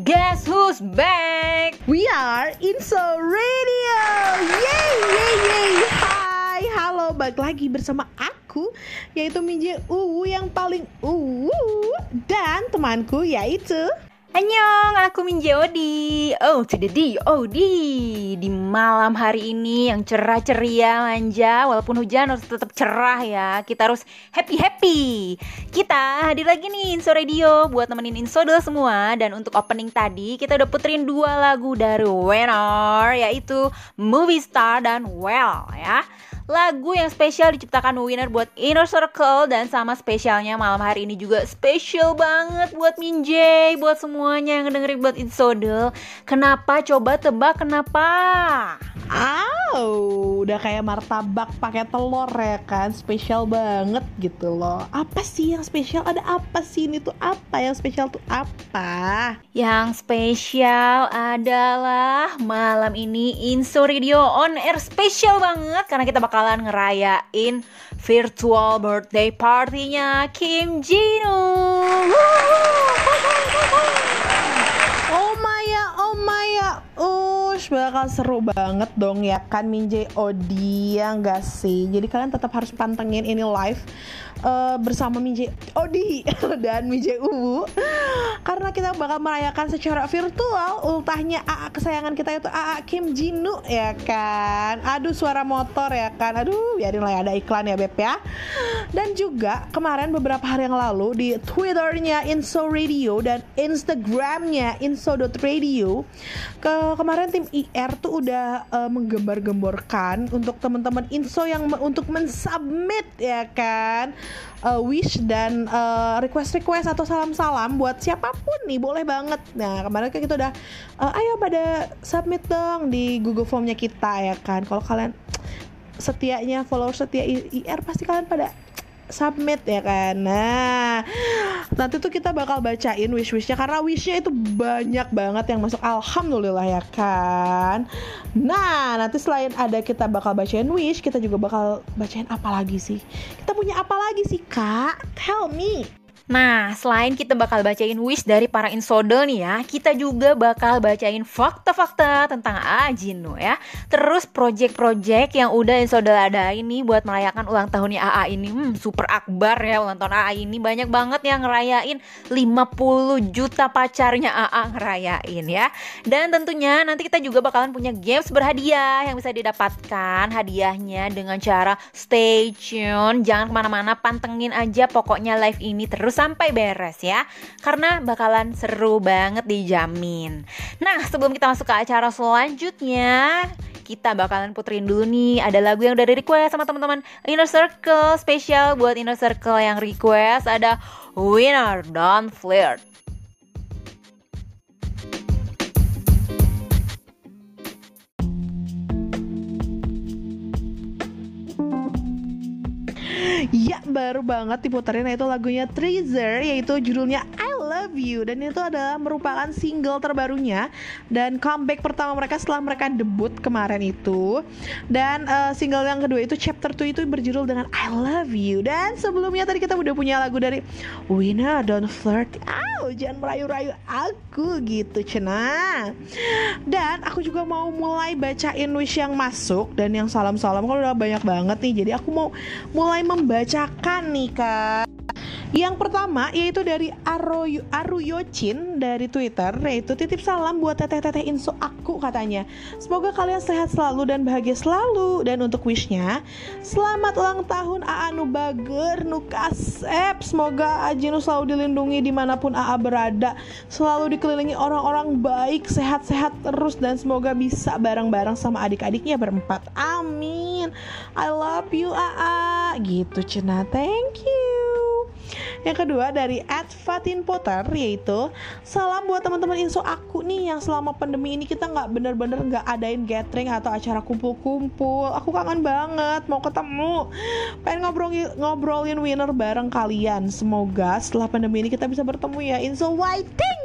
Guess who's back? We are Inso Radio. Yay, yay, yay. Hai, halo, balik lagi bersama aku, yaitu Minje Uwu yang paling dan temanku yaitu Annyeong, aku Minje Odi. Oh, to the D, O-D. Di malam hari ini yang cerah ceria manja, walaupun hujan harus tetap cerah ya. Kita harus happy. Kita hadir lagi nih Inso Radio buat nemenin Insodel semua. Dan untuk opening tadi kita udah puterin 2 lagu dari Winner, yaitu Movie Star dan Well ya. Lagu yang spesial diciptakan Winner buat Inner Circle, dan sama spesialnya malam hari ini juga spesial banget buat Minje, buat semuanya yang dengerin buat Insodel. Kenapa? Coba tebak kenapa? udah kayak martabak pakai telur ya kan, spesial banget gitu loh. Apa sih yang spesial? Ada apa sih ini tuh? Apa yang spesial tuh apa? Yang spesial adalah malam ini Inso Radio on air spesial banget karena kita bakalan ngerayain virtual birthday party-nya Kim Ji-Woon. Oh Maya, bakal seru banget dong ya kan Minje Odi, ya enggak sih? Jadi kalian tetap harus pantengin ini live bersama Minje Odi dan Minje Uwu, karena kita bakal merayakan secara virtual ultahnya AA kesayangan kita itu AA Kim Ji-Woon ya kan. Aduh, suara motor ya kan. Aduh, biarin lah ya, ada iklan ya Beb ya. Dan juga kemarin beberapa hari yang lalu di Twitternya Inso Radio dan Instagramnya Inso.radio, kemarin tim IR tuh udah menggembar-gemborkan untuk teman-teman Inso yang untuk mensubmit ya kan wish dan request atau salam-salam buat siapapun nih, boleh banget. Nah kemarin kan kita udah ayo pada submit dong di Google Formnya kita ya kan. Kalau kalian setianya follower setia IR pasti kalian pada submit ya kan. Nah nanti tuh kita bakal bacain wish-wishnya, karena wishnya itu banyak banget yang masuk, alhamdulillah ya kan. Nah nanti selain ada kita bakal bacain wish, kita juga bakal bacain apa lagi sih? Kita punya apa lagi sih kak? Tell me. Nah, selain kita bakal bacain wish dari para Insodel nih ya, kita juga bakal bacain fakta-fakta tentang AA Ji-Woon ya. Terus project-project yang udah Insodel adain nih buat merayakan ulang tahunnya AA ini. Super akbar ya ulang tahun AA ini. Banyak banget yang ngerayain, 50 juta pacarnya AA ngerayain ya. Dan tentunya nanti kita juga bakalan punya games berhadiah yang bisa didapatkan hadiahnya dengan cara stay tune. Jangan kemana-mana, pantengin aja pokoknya live ini terus sampai beres ya, karena bakalan seru banget dijamin. Nah sebelum kita masuk ke acara selanjutnya, kita bakalan puterin dulu nih, ada lagu yang udah di request sama teman-teman Inner Circle. Spesial buat Inner Circle yang request, ada Winner Don't Flirt. Ya baru banget diputerin, yaitu lagunya Treasure, yaitu judulnya I Love You. Dan itu adalah merupakan single terbarunya dan comeback pertama mereka setelah mereka debut kemarin itu. Dan single yang kedua itu Chapter 2 itu berjudul dengan I Love You. Dan sebelumnya tadi kita udah punya lagu dari Winner Don't Flirt. Jangan merayu-rayu aku gitu cenah. Dan aku juga mau mulai bacain wish yang masuk dan yang salam-salam kan udah banyak banget nih. Jadi aku mau mulai membacakan nih kak. Yang pertama yaitu dari Aruyochin dari Twitter, yaitu titip salam buat teteh-teteh Inso aku katanya. Semoga kalian sehat selalu dan bahagia selalu. Dan untuk wishnya, selamat ulang tahun AA nu bager nu kasep. Semoga Ajinu selalu dilindungi dimanapun AA berada, selalu dikelilingi orang-orang baik, sehat-sehat terus, dan semoga bisa bareng-bareng sama adik-adiknya berempat. Amin. I love you AA. Gitu cenah, thank you. Yang kedua dari @fatinpotter, yaitu salam buat teman-teman Inso aku nih yang selama pandemi ini kita bener-bener nggak adain gathering atau acara kumpul-kumpul. Aku kangen banget, mau ketemu, pengen ngobrolin Winner bareng kalian. Semoga setelah pandemi ini kita bisa bertemu ya Inso Whiting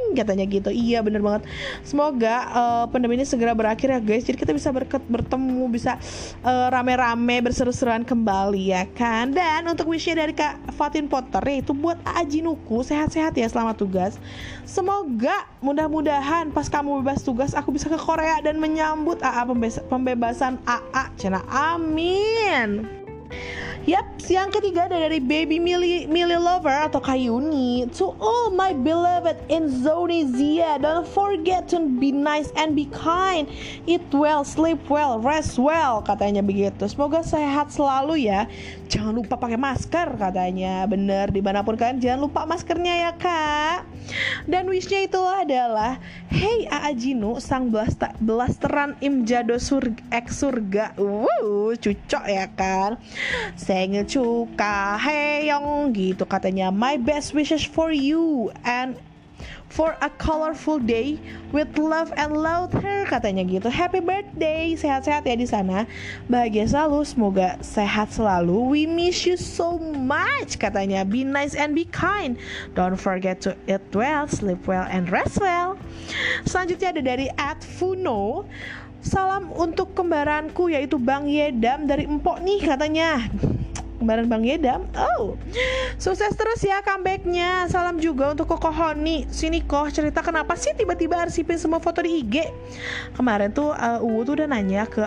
katanya gitu. Iya bener banget. Semoga pandemi ini segera berakhir ya guys. Jadi kita bisa bertemu, bisa rame-rame berseru-seruan kembali ya kan. Dan untuk wishnya dari Kak Fatin Potter, yaitu buat Aa Jinuku, sehat-sehat ya selama tugas. Semoga mudah-mudahan pas kamu bebas tugas aku bisa ke Korea dan menyambut pembebasan AA. Cina amin. Yap, yang ketiga ada dari Baby Millie Lover atau Kayuni. To all my beloved Indonesia, don't forget to be nice and be kind. Eat well, sleep well, rest well, katanya begitu. Semoga sehat selalu ya. Jangan lupa pakai masker katanya. Bener, dimanapun kalian jangan lupa maskernya ya kak. Dan wishnya itu adalah, hey Aa Jinu, sang blasteran imjado surga. Cucok ya kan. Sengil cuka heyong gitu katanya. My best wishes for you and for a colorful day with love and laughter katanya gitu. Happy birthday, sehat-sehat ya di sana, bahagia selalu, semoga sehat selalu. We miss you so much katanya. Be nice and be kind. Don't forget to eat well, sleep well, and rest well. Selanjutnya ada dari @funo. Salam untuk kembaranku yaitu Bang Yedam dari Empok nih katanya. Kembaran Bang Yedam. Sukses terus ya comebacknya. Salam juga untuk Koko Honi. Sini kok cerita kenapa sih tiba-tiba arsipin semua foto di IG. Kemarin tuh Uwu tuh udah nanya ke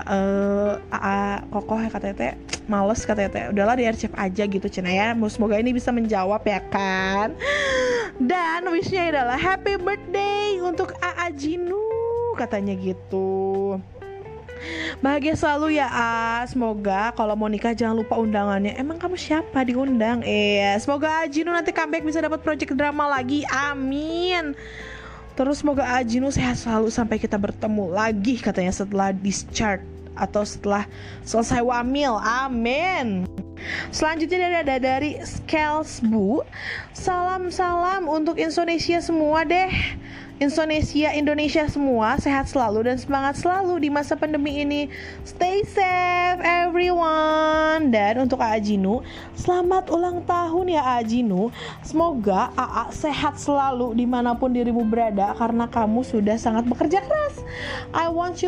Koko ya katanya teh males katanya teh. Udahlah di arsip aja gitu Cina ya. Semoga ini bisa menjawab ya kan. Dan wishnya adalah happy birthday untuk Aa Jinu katanya gitu. Bahagia selalu ya semoga kalau mau nikah jangan lupa undangannya. Emang kamu siapa diundang? Semoga Jinu nanti comeback bisa dapat project drama lagi, amin. Terus semoga Jinu sehat selalu sampai kita bertemu lagi katanya setelah discharge atau setelah selesai wamil, amin. Selanjutnya ada dari Skelsbu. Salam untuk Indonesia semua deh. Indonesia semua sehat selalu dan semangat selalu di masa pandemi ini. Stay safe everyone. Dan untuk Aa Jinu, selamat ulang tahun ya Aa Jinu. Semoga Aa sehat selalu dimanapun dirimu berada karena kamu sudah sangat bekerja keras. I want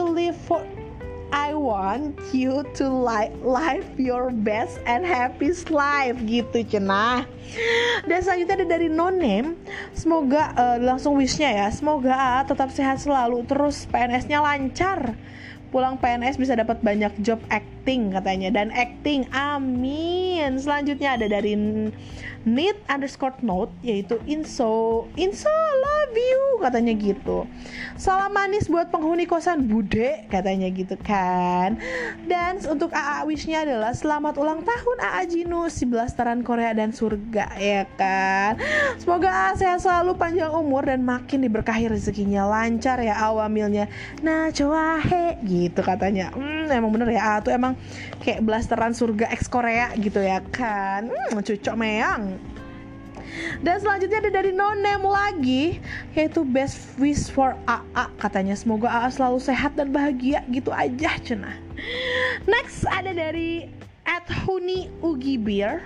you to live your best and happiest life gitu cenah. Dan selanjutnya ada dari No Name. Semoga langsung wishnya ya, semoga tetap sehat selalu, terus PNS-nya lancar, pulang PNS bisa dapat banyak job acting katanya, dan acting, amin. Selanjutnya ada dari need_note yaitu Inso love you katanya gitu. Salam manis buat penghuni kosan Bude katanya gitu kan. Dan untuk AA wishnya adalah selamat ulang tahun Aa Jinu, si blasteran Korea dan surga ya kan. Semoga AA sehat selalu, panjang umur dan makin diberkahi rezekinya, lancar ya awamilnya. Nah coba gitu katanya. Emang bener ya, tuh emang kayak blasteran surga ex Korea gitu ya kan. Cucok meang. Dan selanjutnya ada dari No Name lagi, yaitu best wish for AA katanya. Semoga AA selalu sehat dan bahagia gitu aja cenah. Next ada dari @Huni Ugiber.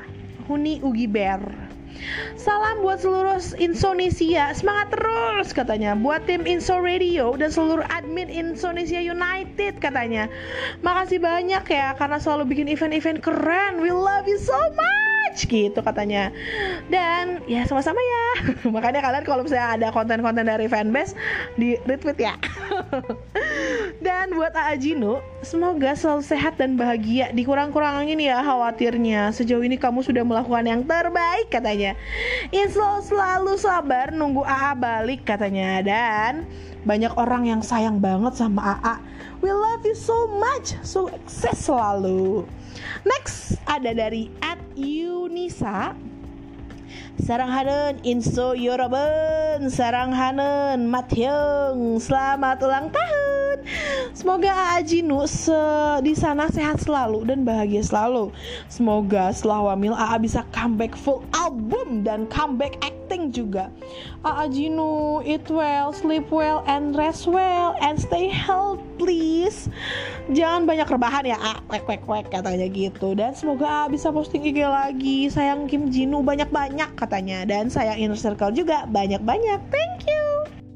Salam buat seluruh Indonesia, semangat terus katanya. Buat tim Inso Radio dan seluruh admin Indonesia United katanya. Makasih banyak ya karena selalu bikin event-event keren. We love you so much gitu katanya. Dan ya sama-sama ya. Makanya kalian kalau misalnya ada konten-konten dari fanbase di retweet ya. Dan buat Aa Jinu, semoga selalu sehat dan bahagia. Dikurang-kurangin ya khawatirnya. Sejauh ini kamu sudah melakukan yang terbaik katanya. Insya selalu sabar nunggu AA balik katanya. Dan banyak orang yang sayang banget sama AA. We love you so much. Sukses selalu. Next ada dari @Yunisa. Saranghaneun Inso Yoroben, Saranghaneun Mathyung, selamat ulang tahun. Semoga Aa Jinu di sana sehat selalu dan bahagia selalu. Semoga setelah wamil Aa bisa comeback full album dan comeback acting juga. Aa Jinu eat well, sleep well, and rest well, and stay healthy please. Jangan banyak rebahan ya, wek katanya gitu. Dan semoga Aa bisa posting IG lagi. Sayang Kim Jinu banyak-banyak katanya. Dan sayang Inner Circle juga banyak-banyak. Thank you.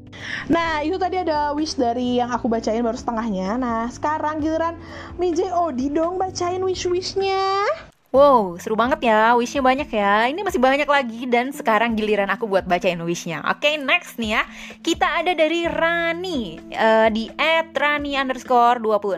Nah, itu tadi ada wish dari yang aku bacain baru setengahnya. Nah, sekarang giliran Mijay Odi dong bacain wish-wishnya. Wow, seru banget ya, wishnya banyak ya. Ini masih banyak lagi dan sekarang giliran aku buat bacain wishnya. Oke, next nih ya. Kita ada dari Rani di @rani_26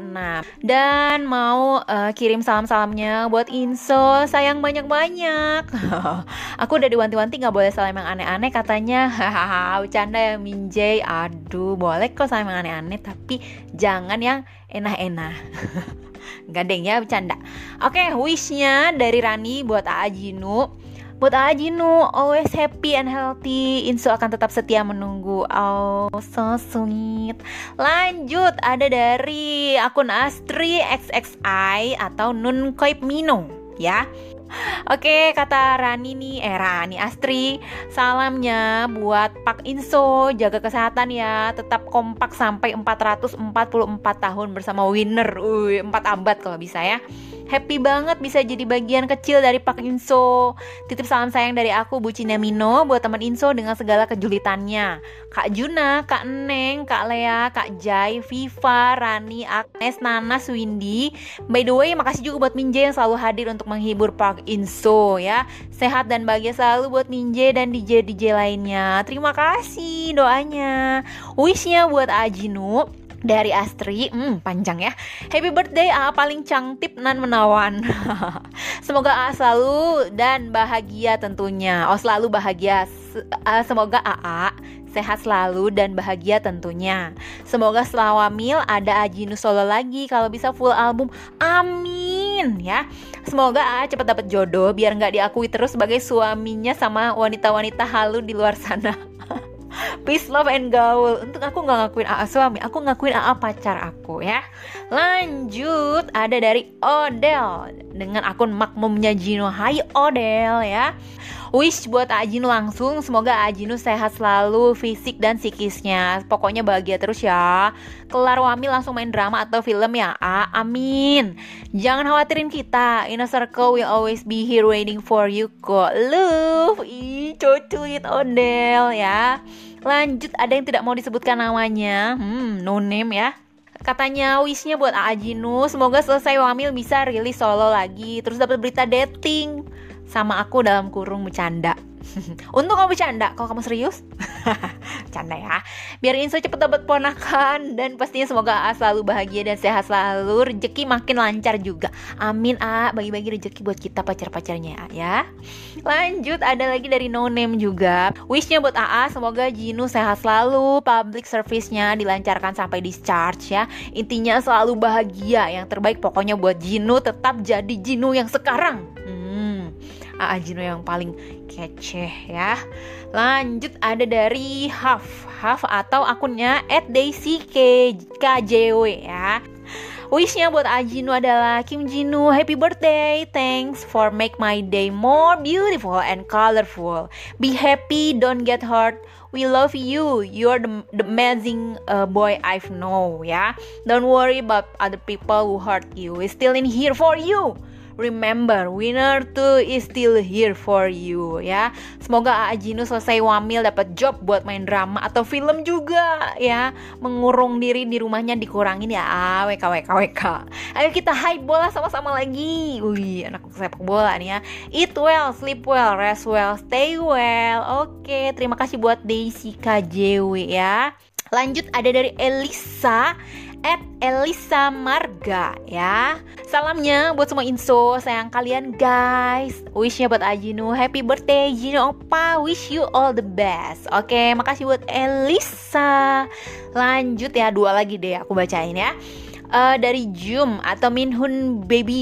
dan mau kirim salam-salamnya buat Inso. Sayang banyak-banyak. Aku udah diwanti-wanti gak boleh salam yang aneh-aneh katanya. Hahaha, bercanda ya Minjay. Aduh, boleh kok salam yang aneh-aneh tapi jangan yang enak-enak. Gandeng ya, bercanda. Oke, wishnya dari Rani buat Aa Jinu. Buat Aa Jinu, always happy and healthy. Inso akan tetap setia menunggu. Oh, so sweet. Lanjut, ada dari akun Astri XXI atau Nun Koip Mino ya. Oke, kata Rani nih, Rani Astri, salamnya buat Pak Inso, jaga kesehatan ya, tetap kompak sampai 444 tahun bersama winner, 4 abad kalau bisa ya. Happy banget bisa jadi bagian kecil dari Pak Inso. Titip salam sayang dari aku, Bucinnya Mino, buat teman Inso dengan segala kejulitannya. Kak Juna, Kak Neng, Kak Lea, Kak Jai, Viva, Rani, Agnes, Nana, Windy. By the way, makasih juga buat Minjay yang selalu hadir untuk menghibur Pak Inso ya. Sehat dan bahagia selalu buat Minjay dan DJ-DJ lainnya. Terima kasih doanya. Wishnya buat Ajinu dari Astri, panjang ya. Happy birthday A paling cantik nan menawan. Semoga A selalu dan bahagia tentunya. Selalu bahagia. Semoga AA sehat selalu dan bahagia tentunya. Semoga setelah wamil ada Ajinu solo lagi, kalau bisa full album. Amin ya. Semoga A cepat dapat jodoh biar nggak diakui terus sebagai suaminya sama wanita-wanita halu di luar sana. Peace, love, and gaul. Untuk aku gak ngakuin AA suami, aku ngakuin AA pacar aku ya. Lanjut, ada dari Odel dengan akun makmumnya Jino. Hai Odel ya. Wish buat Ajinu langsung, semoga Ajinu sehat selalu fisik dan psikisnya. Pokoknya bahagia terus ya. Kelar wamil langsung main drama atau film ya amin. Jangan khawatirin kita, Inner Circle will always be here waiting for you kok. Love, cocuit Odel ya. Lanjut, ada yang tidak mau disebutkan namanya, no name ya. Katanya wishnya buat Ajinu, semoga selesai wamil bisa rilis solo lagi, terus dapat berita dating sama aku dalam kurung bercanda. Untung kamu bercanda, kalau kamu serius bercanda ya. Biar Inso cepet dapat ponakan dan pastinya semoga A selalu bahagia dan sehat selalu, rezeki makin lancar juga. Amin A, bagi-bagi rezeki buat kita pacar-pacarnya ya. Lanjut, ada lagi dari No Name juga. Wishnya buat AA, semoga Jinu sehat selalu, public service-nya dilancarkan sampai discharge ya. Intinya selalu bahagia, yang terbaik pokoknya buat Jinu, tetap jadi Jinu yang sekarang. AA Jino yang paling kece ya. Lanjut, ada dari Haf atau akunnya @daisykjw ya. Wishnya buat Ajinu adalah Kim Jinu, happy birthday, thanks for make my day more beautiful and colorful. Be happy, don't get hurt. We love you. You're the amazing boy I've know ya. Don't worry about other people who hurt you. We're still in here for you. Remember, winner 2 is still here for you ya. Semoga Ajinu selesai wamil dapat job buat main drama atau film juga ya. Mengurung diri di rumahnya dikurangin ya. WK. Ayo kita hype bola sama-sama lagi. Wih, anak sepak bola nih ya. Eat well, sleep well, rest well, stay well. Oke, terima kasih buat Daisy KJW ya. Lanjut, ada dari Elisa @Elisa Marga ya. Salamnya buat semua Inso, sayang kalian guys. Wishnya buat Ajinu, happy birthday Jino Opa, wish you all the best. Oke, makasih buat Elisa. Lanjut ya, 2 lagi deh aku bacain ya. Dari Jum atau Minhun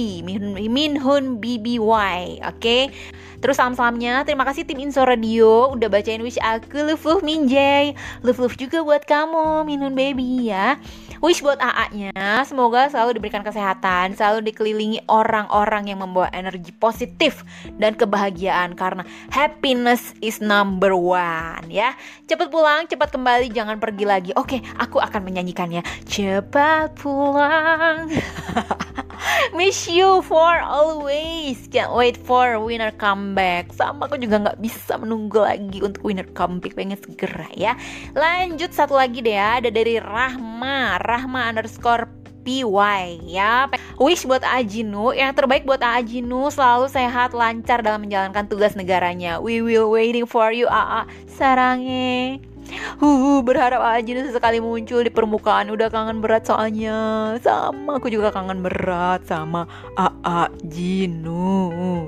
BBY. Oke. Terus salam-salamnya, terima kasih tim Inso Radio udah bacain wish aku. Love Minjay, love juga buat kamu Minhun Baby ya. Wish buat AA-nya, semoga selalu diberikan kesehatan, selalu dikelilingi orang-orang yang membawa energi positif dan kebahagiaan, karena happiness is number 1 ya. Cepat pulang, cepat kembali, jangan pergi lagi. Oke, aku akan menyanyikannya. Cepat pulang Miss you for always. Can't wait for winner comeback. Sama aku juga gak bisa menunggu lagi untuk winner comeback. Pengen segera ya. Lanjut satu lagi deh ya. Ada dari Rahma _ PY ya. Wish buat Ajinu, yang terbaik buat Ajinu, selalu sehat, lancar dalam menjalankan tugas negaranya. We will waiting for you, Aa. Sarange. Berharap Ajinu sesekali muncul di permukaan. Udah kangen berat soalnya. Sama, aku juga kangen berat sama Ajinu.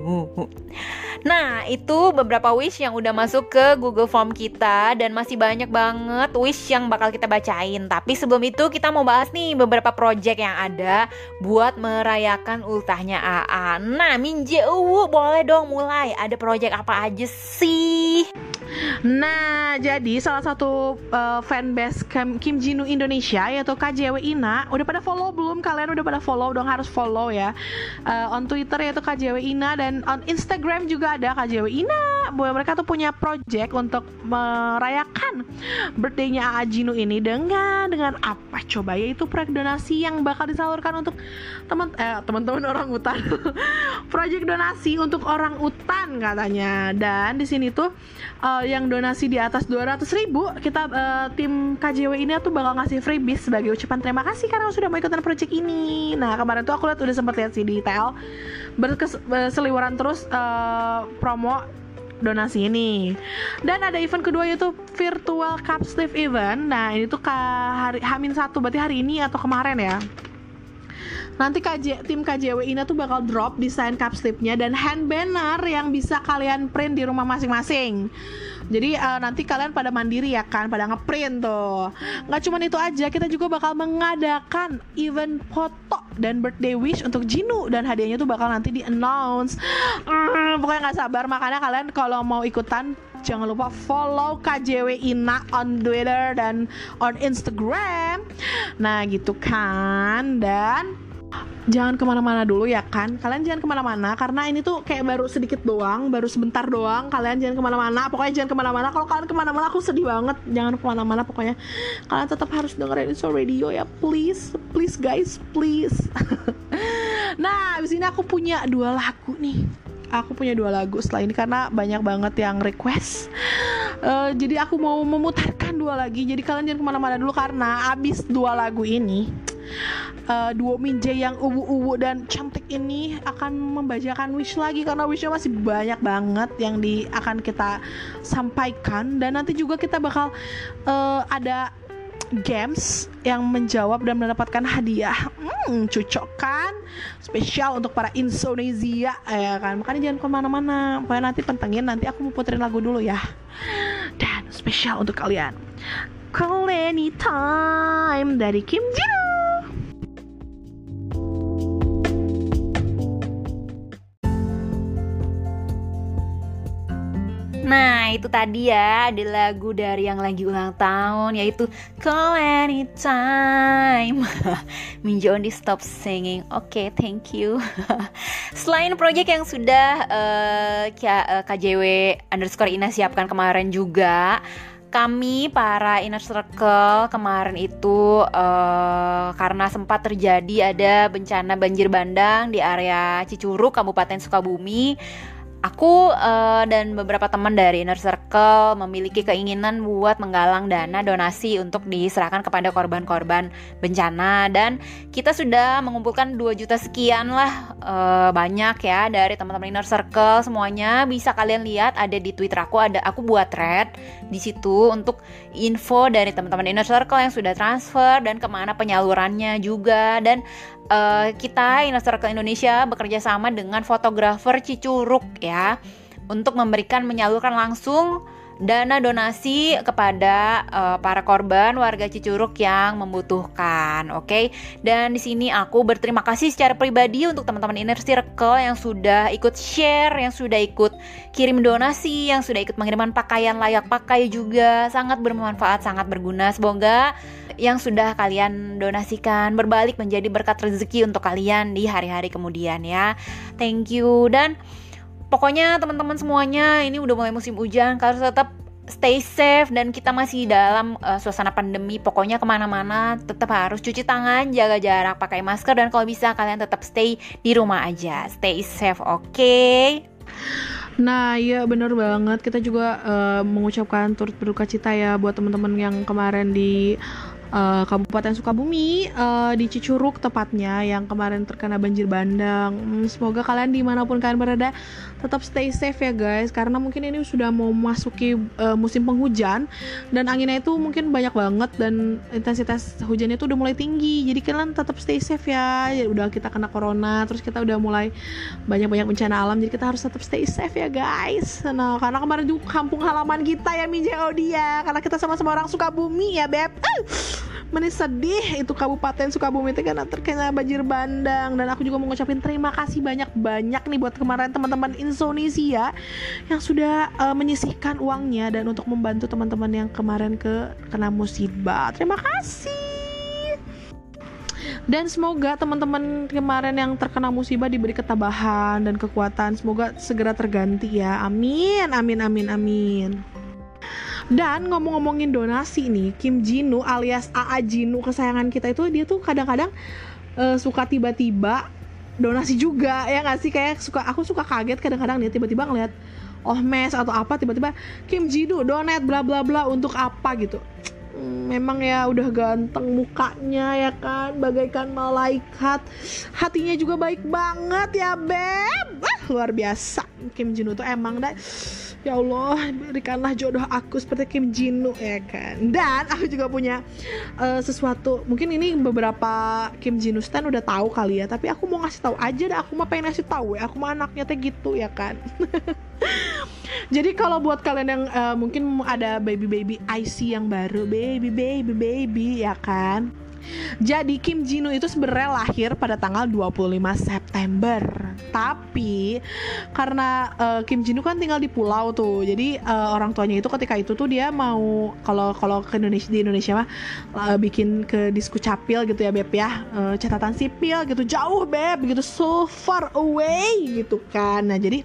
Nah, itu beberapa wish yang udah masuk ke Google Form kita. Dan masih banyak banget wish yang bakal kita bacain. Tapi sebelum itu kita mau bahas nih beberapa project yang ada buat merayakan ultahnya AA. Nah, Minje boleh dong mulai. Ada project apa aja sih? Nah, jadi salah satu fanbase Kim Jinu Indonesia, yaitu KJW Ina. Udah pada follow belum? Kalian udah pada follow dong, harus follow ya. On Twitter yaitu KJW Ina, dan on Instagram juga ada KJW Ina. Mereka tuh punya project untuk merayakan birthday-nya Jinu ini dengan apa coba? Yaitu proyek donasi yang bakal disalurkan untuk teman-teman orang utan. Project donasi untuk orang utan katanya. Dan di sini tuh yang donasi di atas 200.000, kita tim KJW ini tuh bakal ngasih freebies sebagai ucapan terima kasih karena sudah mau ikutan project ini. Nah, kemarin tuh aku udah sempat lihat sih di TL berseliweran terus promo donasi ini. Dan ada event kedua yaitu virtual cup sleeve event. Nah, ini tuh H-1, berarti hari ini atau kemarin ya. Nanti tim KJW Ina tuh bakal drop desain cup sleeve-nya dan hand banner yang bisa kalian print di rumah masing-masing. Jadi nanti kalian pada mandiri ya kan, pada ngeprint tuh. Nggak cuma itu aja, kita juga bakal mengadakan event foto dan birthday wish untuk Jinu, dan hadiahnya tuh bakal nanti di-announce. Pokoknya nggak sabar, makanya kalian kalau mau ikutan jangan lupa follow KJW Ina on Twitter dan on Instagram. Nah gitu kan. Dan jangan kemana-mana dulu ya kan. Kalian jangan kemana-mana karena ini tuh kayak baru sedikit doang, baru sebentar doang. Kalian jangan kemana-mana, pokoknya jangan kemana-mana. Kalau kalian kemana-mana aku sedih banget. Jangan kemana-mana, pokoknya kalian tetap harus dengerin Inso Radio ya, please guys, please. Nah, abis ini aku punya 2 lagu nih. Aku punya 2 lagu setelah ini karena banyak banget yang request. Jadi aku mau memutarkan 2 lagi. Jadi kalian jangan kemana-mana dulu karena abis 2 lagu ini duo Minje yang uwu dan cantik ini akan membacakan wish lagi, karena wishnya masih banyak banget yang akan kita sampaikan. Dan nanti juga kita bakal ada games yang menjawab dan mendapatkan hadiah. Cocok kan? Spesial untuk para Indonesia ya kan. Makanya jangan kemana-mana. Pokoknya nanti pantengin, nanti aku mau puterin lagu dulu ya. Dan spesial untuk kalian, Call Anytime dari Kim Jinu. Nah, itu tadi ya, ada lagu dari yang lagi ulang tahun, yaitu Call Anytime. Minje only stop singing. Oke, thank you. Selain project yang sudah KJW_Ina siapkan kemarin juga, kami para Inner Circle kemarin itu karena sempat terjadi ada bencana banjir bandang di area Cicurug, Kabupaten Sukabumi. Aku dan beberapa teman dari Inner Circle memiliki keinginan buat menggalang dana donasi untuk diserahkan kepada korban-korban bencana. Dan kita sudah mengumpulkan 2 juta sekian lah, banyak ya dari teman-teman Inner Circle semuanya. Bisa kalian lihat ada di Twitter aku buat thread di situ untuk info dari teman-teman Inner Circle yang sudah transfer dan kemana penyalurannya juga. Dan kita Inner Circle Indonesia bekerja sama dengan fotografer Cicurug ya, untuk menyalurkan langsung dana donasi kepada para korban warga Cicurug yang membutuhkan. Oke. Dan di sini aku berterima kasih secara pribadi untuk teman-teman Inner Circle yang sudah ikut share, yang sudah ikut kirim donasi, yang sudah ikut mengirimkan pakaian layak pakai juga. Sangat bermanfaat, sangat berguna. Semoga yang sudah kalian donasikan berbalik menjadi berkat rezeki untuk kalian di hari-hari kemudian ya. Thank you. Dan pokoknya teman-teman semuanya, ini udah mulai musim hujan, kalian tetap stay safe dan kita masih dalam suasana pandemi. Pokoknya kemana-mana tetap harus cuci tangan, jaga jarak, pakai masker, dan kalau bisa kalian tetap stay di rumah aja. Stay safe, oke? Nah, iya bener banget. Kita juga mengucapkan turut berduka cita ya buat teman-teman yang kemarin di Kabupaten Sukabumi, di Cicurug tepatnya, yang kemarin terkena banjir bandang. Semoga kalian dimanapun kalian berada tetap stay safe ya guys, karena mungkin ini sudah mau masuki musim penghujan dan anginnya itu mungkin banyak banget dan intensitas hujannya itu udah mulai tinggi. Jadi kalian tetap stay safe ya. Udah kita kena corona, terus kita udah mulai banyak-banyak bencana alam, jadi kita harus tetap stay safe ya guys. Nah, karena kemarin juga kampung halaman kita ya Minja Odia, karena kita sama-sama orang Sukabumi ya beb. Meni sedih itu Kabupaten Sukabumi itu karena terkena banjir bandang. Dan aku juga mau ngucapin terima kasih banyak-banyak nih buat kemarin teman-teman Indonesia yang sudah menyisihkan uangnya dan untuk membantu teman-teman yang kemarin kena musibah. Terima kasih. Dan semoga teman-teman kemarin yang terkena musibah diberi ketabahan dan kekuatan. Semoga segera terganti ya. Amin, amin, amin, amin. Dan ngomong-ngomongin donasi nih, Kim Jinu alias AA Jinu kesayangan kita itu, dia tuh kadang-kadang suka tiba-tiba donasi juga ya nggak sih? Kayak aku suka kaget kadang-kadang dia tiba-tiba ngeliat mes atau apa, tiba-tiba Kim Jinu donate bla bla bla untuk apa gitu. Memang ya udah ganteng mukanya ya kan, bagaikan malaikat, hatinya juga baik banget ya beb. Luar biasa Kim Jinu tuh emang dah. Ya Allah, berikanlah jodoh aku seperti Kim Jinu ya kan. Dan aku juga punya sesuatu, mungkin ini beberapa Kim Jinu stan udah tahu kali ya, tapi aku mau ngasih tahu aja dah. Aku mah pengen ngasih tahu ya, aku mah anaknya teh gitu ya kan. Jadi kalau buat kalian yang mungkin ada baby IC yang baru, baby ya kan. Jadi Kim Jinu itu sebenarnya lahir pada tanggal 25 September. Tapi karena Kim Jinu kan tinggal di pulau tuh, jadi orang tuanya itu ketika itu tuh dia mau kalau ke Indonesia, di Indonesia mah bikin ke disku capil gitu ya beb ya, catatan sipil gitu, jauh beb gitu, so far away gitu kan. Nah jadi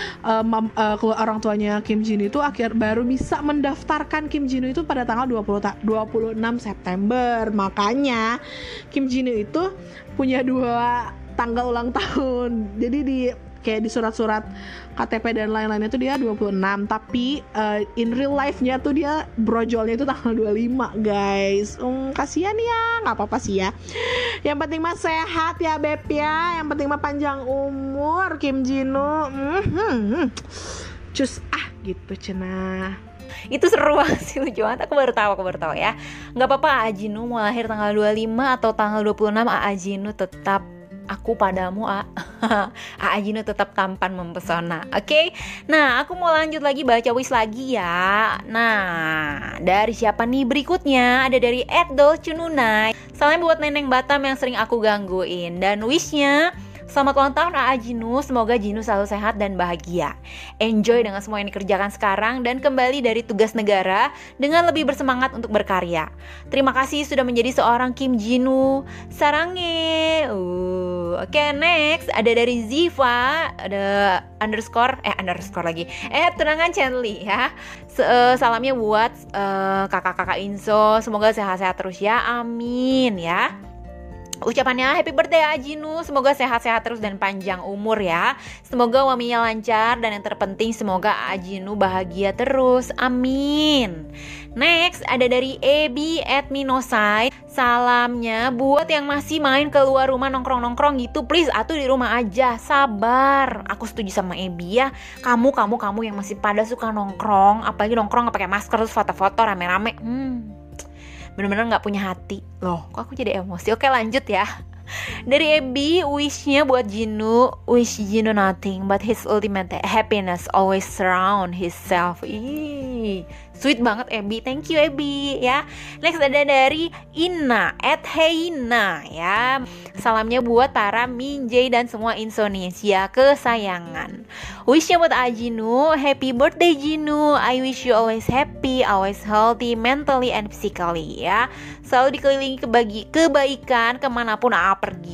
orang tuanya Kim Jinu itu baru bisa mendaftarkan Kim Jinu itu pada tanggal 26 September. Makanya Kim Jinu itu punya 2 tanggal ulang tahun. Jadi kayak di surat-surat KTP dan lain-lainnya tuh dia 26, tapi in real life-nya tuh dia brojolnya itu tanggal 25 guys. Kasihan ya, nggak apa-apa sih ya. Yang penting mah sehat ya beb ya. Yang penting mah panjang umur Kim Jinu. Cus gitu cenah. Itu seru banget sih, lucu banget. Aku baru tahu ya. Nggak apa-apa AA Jinu mau lahir tanggal 25 atau tanggal 26, AA Jinu tetap aku padamu AA Jinu tetap tampan mempesona. Oke? Nah, aku mau lanjut lagi baca wish lagi ya. Nah, dari siapa nih berikutnya? Ada dari @dolcununai. Salam buat Neneng Batam yang sering aku gangguin. Dan wishnya, selamat ulang tahun AA Jinu, semoga Jinu selalu sehat dan bahagia. Enjoy dengan semua yang dikerjakan sekarang dan kembali dari tugas negara dengan lebih bersemangat untuk berkarya. Terima kasih sudah menjadi seorang Kim Jinu. Sarange. Oke, next ada dari Ziva, ada underscore lagi. Tenangan Chandli ya. Salamnya buat kakak-kakak Inso, semoga sehat-sehat terus ya. Amin ya. Ucapannya happy birthday AA Jinu, semoga sehat-sehat terus dan panjang umur ya. Semoga waminya lancar dan yang terpenting semoga AA Jinu bahagia terus, amin. Next ada dari Ebi @minosai. Salamnya buat yang masih main keluar rumah nongkrong-nongkrong gitu, please atuh di rumah aja, sabar. Aku setuju sama Ebi ya. Kamu yang masih pada suka nongkrong, apalagi nongkrong nggak pakai masker terus foto-foto rame-rame, bener-bener gak punya hati. Loh, kok aku jadi emosi? Oke, lanjut ya. Dari Ebi, wishnya buat Jinu, wish Jinu nothing but his ultimate happiness always surround himself. Sweet banget Ebi, thank you Ebi ya. Next ada dari Ina @heina ya. Salamnya buat para Minjay dan semua Indonesia kesayangan. Wishnya buat Jinu, happy birthday Jinu. I wish you always happy, always healthy mentally and physically ya. Selalu dikelilingi kebaikan kemanapun AA pergi.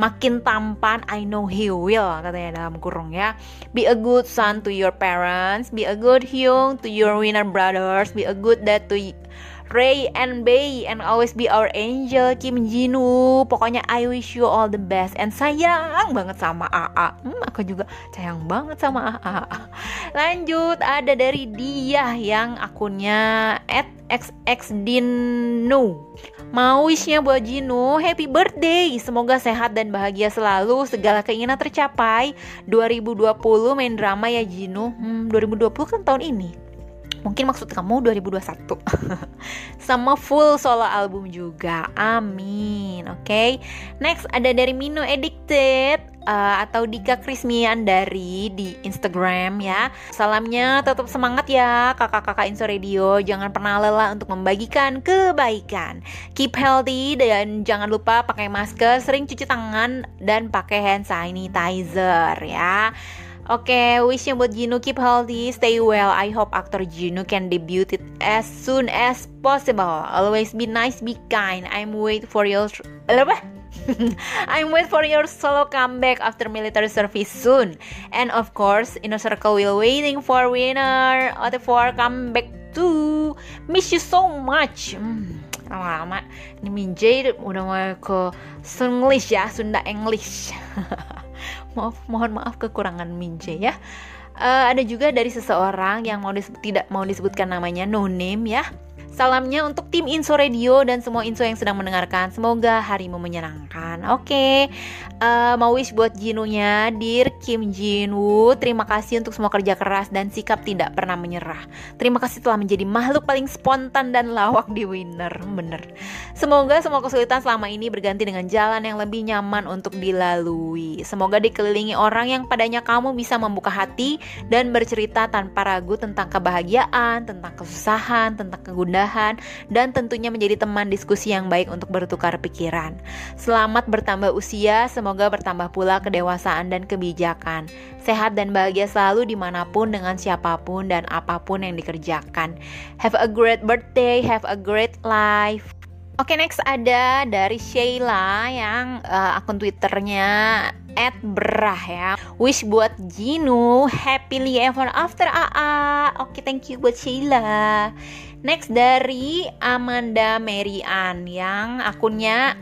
makin tampan, I know he will, katanya dalam kurung ya. Be a good son to your parents, be a good Hyung to your winner brothers, be a good dad to Ray and Bae, and always be our angel Kim Jin-woo. Pokoknya I wish you all the best. And sayang banget sama AA. Aku juga sayang banget sama AA. Lanjut, ada dari dia yang akunnya @xxdino. Mau wishnya buat Jinu, happy birthday. Semoga sehat dan bahagia selalu, segala keinginan tercapai. 2020 main drama ya Jinu. 2020 kan tahun ini. Mungkin maksud kamu 2021. Sama full solo album juga. Amin. Oke. Next ada dari Mino Addicted atau Dika Krismian dari di Instagram ya. Salamnya tetap semangat ya kakak-kakak Inso Radio. Jangan pernah lelah untuk membagikan kebaikan. Keep healthy dan jangan lupa pakai masker, sering cuci tangan dan pakai hand sanitizer ya. Oke, wishnya buat Jinu, keep healthy, stay well. I hope aktor Jinu can debut it as soon as possible. Always be nice, be kind. I'm wait for your solo comeback after military service soon. And of course, Inner Circle will waiting for winner OT4 comeback too. Miss you so much. Lama-lama ini Minjay udah mau ke Sunglish ya, Sunda English. Mohon maaf kekurangan Minjay ya. Ada juga dari seseorang yang tidak mau disebutkan namanya, no name ya. Salamnya untuk tim Inso Radio dan semua Inso yang sedang mendengarkan. Semoga harimu menyenangkan. Oke. Mau wish buat Jinunya, Dear Kim Jin-woo, terima kasih untuk semua kerja keras dan sikap tidak pernah menyerah. Terima kasih telah menjadi makhluk paling spontan dan lawak di Winner. Bener. Semoga semua kesulitan selama ini berganti dengan jalan yang lebih nyaman untuk dilalui. Semoga dikelilingi orang yang padanya kamu bisa membuka hati dan bercerita tanpa ragu tentang kebahagiaan, tentang kesusahan, tentang kegundahan, dan tentunya menjadi teman diskusi yang baik untuk bertukar pikiran. Selamat bertambah usia, semoga bertambah pula kedewasaan dan kebijakan. Sehat dan bahagia selalu dimanapun, dengan siapapun dan apapun yang dikerjakan. Have a great birthday, have a great life. Oke, next ada dari Sheila yang akun Twitternya @berah ya. Wish buat Jinu, happily ever after AA. Oke, thank you buat Sheila. Next dari Amanda Marian yang akunnya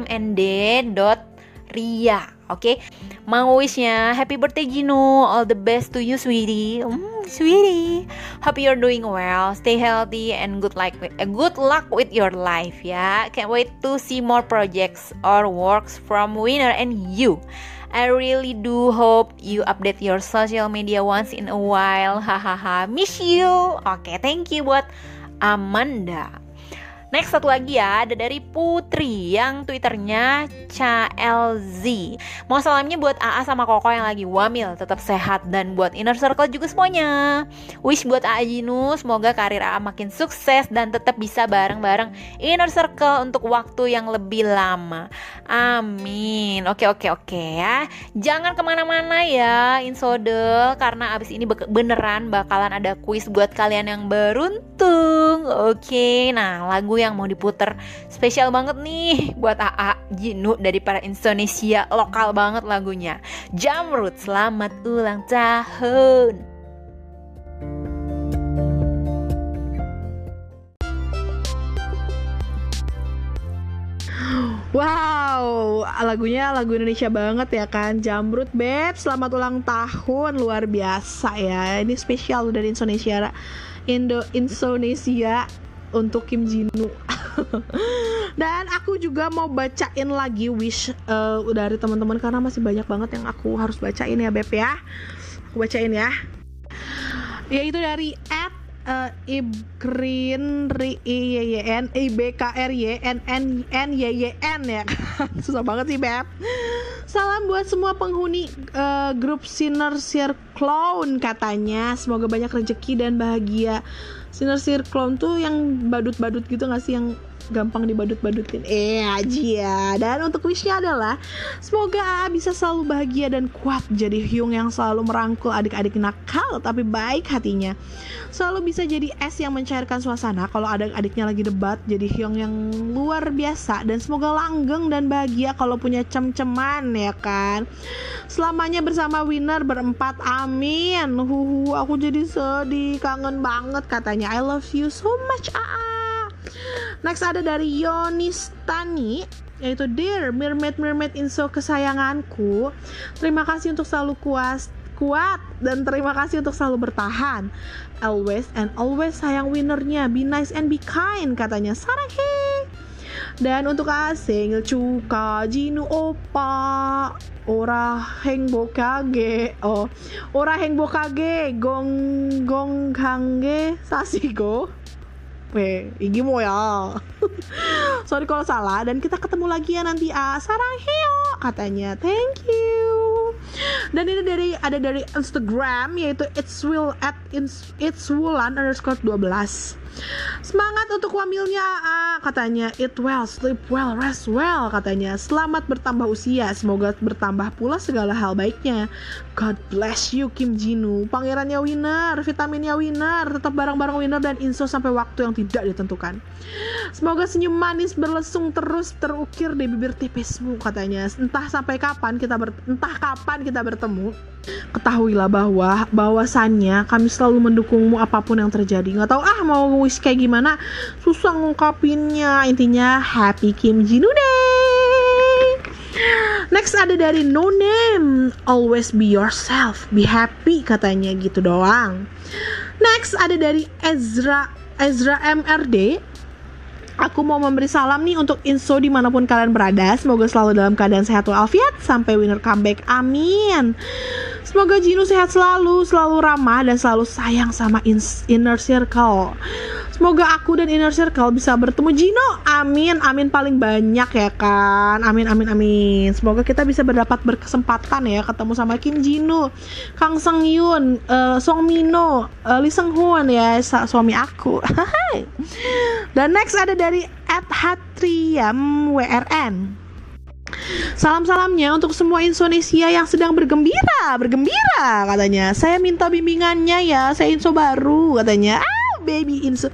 amnd.ria. Oke, mau wishnya happy birthday Jinu, all the best to you sweetie. Sweetie, hope you're doing well, stay healthy and good luck with your life ya. Can't wait to see more projects or works from Winner and you. I really do hope you update your social media once in a while. Hahaha, miss you. Oke, thank you buat Amanda. Next satu lagi ya, ada dari Putri yang Twitternya CLZ. Mau salamnya buat AA sama Koko yang lagi wamil, tetap sehat, dan buat Inner Circle juga semuanya. Wish buat AA Jinu, semoga karir AA makin sukses dan tetap bisa bareng-bareng Inner Circle untuk waktu yang lebih lama. Amin. Oke ya. Jangan kemana-mana ya Insodel, karena abis ini beneran bakalan ada kuis buat kalian yang beruntung. Oke, nah lagu yang mau diputer spesial banget nih buat AA Jinu dari para Indonesia, lokal banget lagunya. Jamrud, selamat ulang tahun. Wow, lagunya lagu Indonesia banget ya kan. Jamrud Beb, selamat ulang tahun, luar biasa ya. Ini spesial dari Indonesia untuk Kim Jin-woo. Dan aku juga mau bacain lagi wish dari teman-teman karena masih banyak banget yang aku harus bacain ya Beb ya. Aku bacain ya. Yaitu dari IBKRYNNYN ya. Susah banget sih Beb. Salam buat semua penghuni grup Sinner Circle katanya. Semoga banyak rezeki dan bahagia. Sinner Circle tuh yang badut-badut gitu gak sih, yang gampang dibadut-badutin. Aji ya. Dan untuk wishnya adalah semoga AA bisa selalu bahagia dan kuat jadi Hyung yang selalu merangkul adik-adik nakal tapi baik hatinya. Selalu bisa jadi es yang mencairkan suasana kalau adik-adiknya lagi debat, jadi Hyung yang luar biasa. Dan semoga langgeng dan bahagia kalau punya cem-ceman ya kan. Selamanya bersama Winner berempat, amin. Aku jadi sedih, kangen banget katanya. I love you so much AA. Next ada dari Yonistani, yaitu Dear Mermaid Inso kesayanganku, terima kasih untuk selalu kuat dan terima kasih untuk selalu bertahan. Always and always sayang winnernya, be nice and be kind katanya. Saranghe. Dan untuk single Cuka Jinu Opa ora hengbokage gong hangge sasigo. Igi mo ya. Sorry kalau salah. Dan kita ketemu lagi ya nanti. Sarangheyo katanya. Thank you. Dan ini ada dari Instagram, yaitu itswulan_12. Semangat untuk wamilnya AA katanya. Eat well, sleep well, rest well katanya. Selamat bertambah usia, semoga bertambah pula segala hal baiknya. God bless you Kim Jinu. Pangerannya Winner, vitaminnya Winner, tetap bareng-bareng Winner dan Inso sampai waktu yang tidak ditentukan. Semoga senyum manis berlesung terus terukir di bibir tipismu katanya. Entah kapan kita bertemu, ketahuilah bahwasannya kami selalu mendukungmu apapun yang terjadi. Nggak tahu mau wish kayak gimana, susah ngungkapinnya. Intinya happy Kim Jinu Day. Next ada dari No Name, always be yourself, be happy katanya, gitu doang. Next ada dari Ezra MRD. Aku mau memberi salam nih untuk Inso dimanapun kalian berada. Semoga selalu dalam keadaan sehat walafiat sampai Winner comeback, amin. Semoga Jinu sehat selalu ramah dan selalu sayang sama Inner Circle. Semoga aku dan Inner Circle bisa bertemu Jino, amin paling banyak ya kan. Amin. Semoga kita bisa berkesempatan ya ketemu sama Kim Jinu, Kang Sang Yoon, Song Mino, Lee Seung Hoon ya, suami aku. Dan next ada dari @hatriam WRN. Salam-salamnya untuk semua Indonesia yang sedang bergembira katanya. Saya minta bimbingannya ya, saya Inso baru katanya. Baby Inso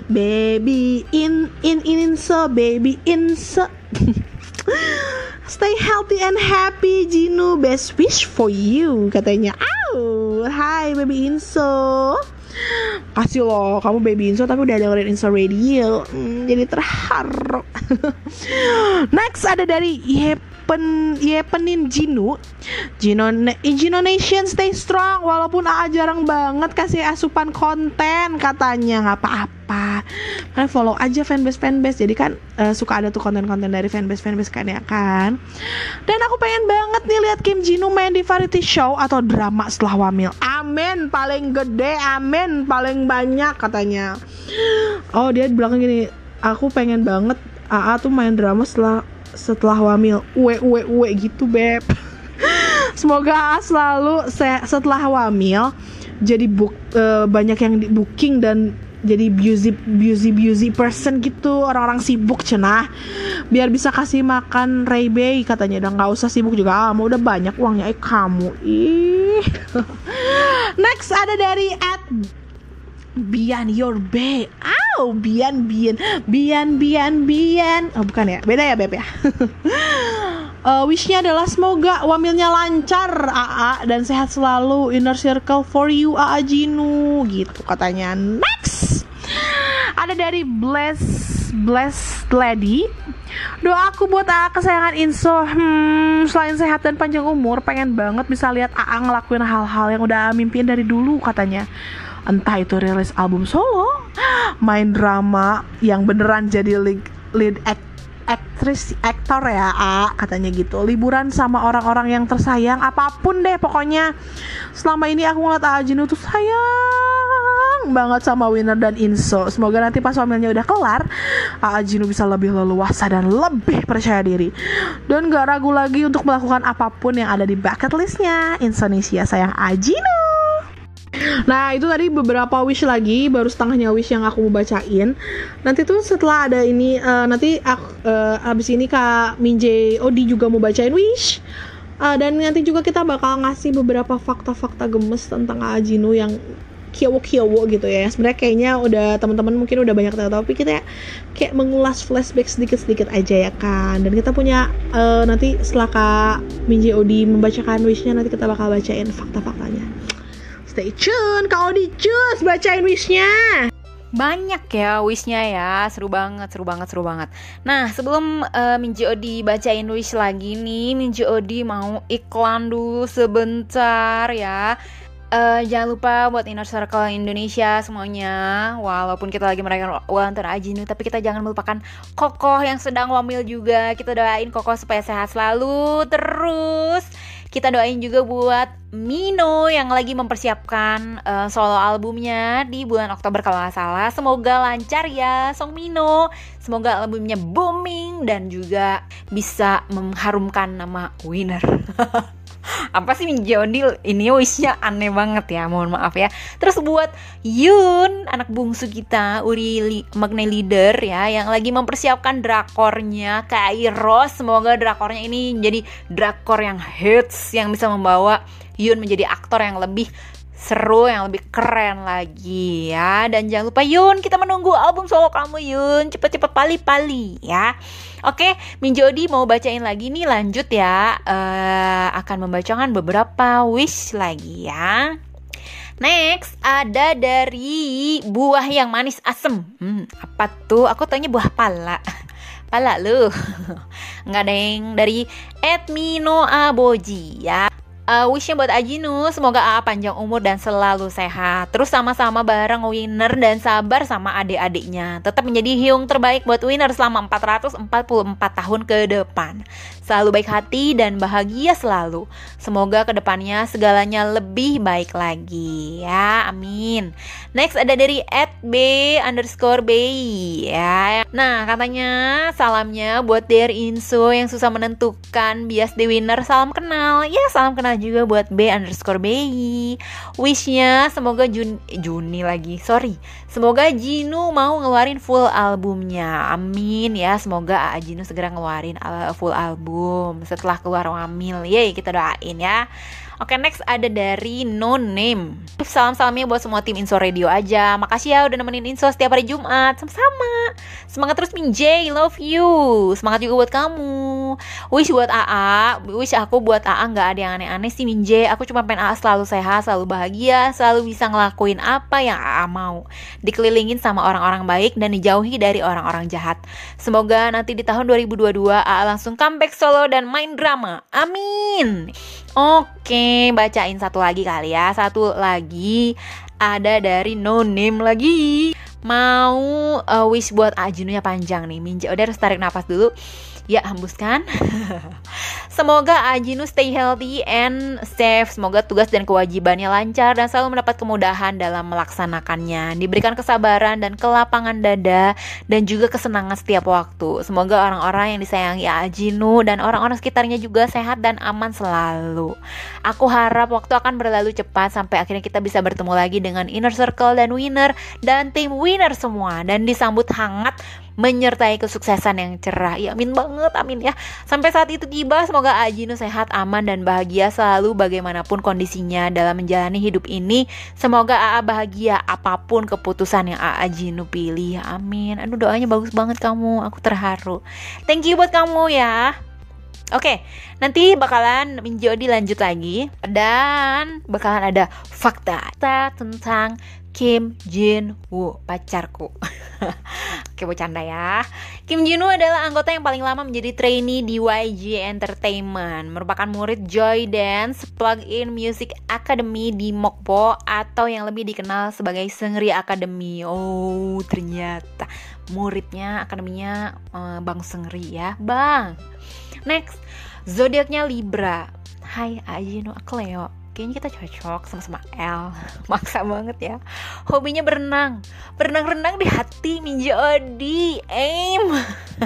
Stay healthy and happy Jinu, best wish for you katanya. Hai Baby Inso. Kasih loh, kamu Baby Inso tapi udah dengerin Inso Radio, jadi terharu. Next ada dari Yepenin Jino Nation, stay strong. Walaupun AA jarang banget kasih asupan konten katanya, nggak apa-apa, kalian follow aja fanbase. Jadi kan suka ada tuh konten-konten dari fanbase kan ya kan. Dan aku pengen banget nih lihat Kim Jinu main di variety show atau drama setelah wamil. Amin, paling gede, amin, paling banyak katanya. Oh, dia bilang gini, aku pengen banget AA tuh main drama setelah wamil, uwe gitu beb. Semoga selalu setelah wamil jadi banyak yang di booking dan jadi busy person gitu, orang-orang sibuk cenah, biar bisa kasih makan Ray Bay katanya. Dan nggak usah sibuk juga, mau udah banyak uangnya kamu. Next ada dari Bian Your Bay. Bian. Oh bukan ya, beda ya beb ya. Wishnya adalah semoga wamilnya lancar AA dan sehat selalu, Inner Circle for you AA Jinu, gitu katanya. Next ada dari Blessed Lady. Doaku buat AA kesayangan Inso, selain sehat dan panjang umur, pengen banget bisa lihat AA ngelakuin hal-hal yang udah mimpiin dari dulu katanya. Entah itu rilis album solo, main drama yang beneran jadi lead aktor ya katanya gitu, liburan sama orang-orang yang tersayang, apapun deh pokoknya. Selama ini aku ngeliat AA Jinu tuh sayang banget sama Winner dan Inso. Semoga nanti pas wamilnya udah kelar, AA Jinu bisa lebih leluasa dan lebih percaya diri dan gak ragu lagi untuk melakukan apapun yang ada di bucket listnya. Indonesia sayang AA Jinu. Nah itu tadi beberapa wish lagi, baru setengahnya wish yang aku mau bacain. Nanti tuh setelah ada ini nanti abis ini Kak Minje Odi juga mau bacain wish. Dan nanti juga kita bakal ngasih beberapa fakta-fakta gemes tentang Ajinu yang kiowo gitu ya. Sebenarnya kayaknya udah teman-teman mungkin udah banyak tahu, tapi kita kayak mengulas flashback sedikit-sedikit aja ya kan. Dan kita punya nanti setelah Kak Minje Odi membacakan wishnya, nanti kita bakal bacain fakta-faktanya. Stay tune, Kak Odi, cus bacain wishnya. Banyak ya wishnya ya, seru banget. Nah sebelum Minji Odi bacain wish lagi nih, Minji Odi mau iklan dulu sebentar ya. Jangan lupa buat Inner Circle Indonesia semuanya, walaupun kita lagi merayakan ulang tahun Ajinu, tapi kita jangan melupakan Kokoh yang sedang wamil juga. Kita doain Kokoh supaya sehat selalu. Terus kita doain juga buat Mino yang lagi mempersiapkan solo albumnya di bulan Oktober kalau nggak salah. Semoga lancar ya Song Mino. Semoga albumnya booming dan juga bisa mengharumkan nama Winner. Apa sih Minjodi ini wishnya aneh banget ya, mohon maaf ya. Terus buat Yun, anak bungsu kita, Uri Magne Leader ya, yang lagi mempersiapkan drakornya Kairos. Semoga drakornya ini jadi drakor yang hits, yang bisa membawa Yun menjadi aktor yang lebih seru, yang lebih keren lagi ya. Dan jangan lupa Yun, kita menunggu album solo kamu Yun, cepet-cepet pali-pali ya. Oke, Minjodi mau bacain lagi nih, lanjut ya. Akan membacakan beberapa wish lagi ya. Next ada dari buah yang manis asem. Apa tuh? Aku taunya buah pala. Pala lu. Nggak ada yang dari Edmino Aboji ya. Wishnya buat Ajinu, semoga AA panjang umur dan selalu sehat. Terus sama-sama bareng Winner dan sabar sama adik-adiknya. Tetap menjadi Hyung terbaik buat Winner selama 444 tahun ke depan. Selalu baik hati dan bahagia selalu. Semoga kedepannya segalanya lebih baik lagi ya, amin. Next ada dari @b_b ya. Nah katanya salamnya buat Der Inso yang susah menentukan bias the winner. Salam kenal ya, salam kenal juga buat B_b. Wishnya semoga semoga Jinu mau ngeluarin full albumnya, amin ya. Semoga Jinu segera ngeluarin full album setelah keluar wamil, yeay kita doain ya. Oke, next ada dari No Name. Salam-salamnya buat semua tim Inso Radio aja. Makasih ya udah nemenin Inso setiap hari Jumat. Sama-sama. Semangat terus Minjay, love you. Semangat juga buat kamu. Wish buat AA. Wish aku buat AA nggak ada yang aneh-aneh sih Minjay. Aku cuma pengen AA selalu sehat, selalu bahagia, selalu bisa ngelakuin apa yang AA mau. Dikelilingin sama orang-orang baik dan dijauhi dari orang-orang jahat. Semoga nanti di tahun 2022 AA langsung comeback solo dan main drama. Amin. Oke, bacain satu lagi kali ya. Satu lagi ada dari No Name lagi. Mau wish buat Ajununya panjang nih. Minja udah harus tarik nafas dulu. Ya, hembuskan. Semoga Ajinu stay healthy and safe. Semoga tugas dan kewajibannya lancar dan selalu mendapat kemudahan dalam melaksanakannya. Diberikan kesabaran dan kelapangan dada dan juga kesenangan setiap waktu. Semoga orang-orang yang disayangi Ajinu dan orang-orang sekitarnya juga sehat dan aman selalu. Aku harap waktu akan berlalu cepat sampai akhirnya kita bisa bertemu lagi dengan Inner Circle dan Winner dan tim Winner semua dan disambut hangat menyertai kesuksesan yang cerah. Ya amin banget, amin ya. Sampai saat itu tiba, semoga Ajinu sehat, aman dan bahagia selalu bagaimanapun kondisinya dalam menjalani hidup ini. Semoga AA bahagia apapun keputusan yang AA Ajinu pilih. Amin. Aduh doanya bagus banget kamu, aku terharu. Thank you buat kamu ya. Oke, nanti bakalan Minjodi lanjut lagi dan bakalan ada fakta tentang Kim Jin-woo, pacarku. Oke, bercanda ya. Kim Jin-woo adalah anggota yang paling lama menjadi trainee di YG Entertainment. Merupakan murid Joy Dance Plug-in Music Academy di Mokpo atau yang lebih dikenal sebagai Seungri Academy. Oh, ternyata muridnya akademinya Bang Seungri ya, Bang. Next, zodiaknya Libra. Hai Ajinu, aku Leo. Kayaknya kita cocok sama-sama L. Maksa banget ya. Hobinya berenang. Berenang-renang di hati Minjodi. Aim.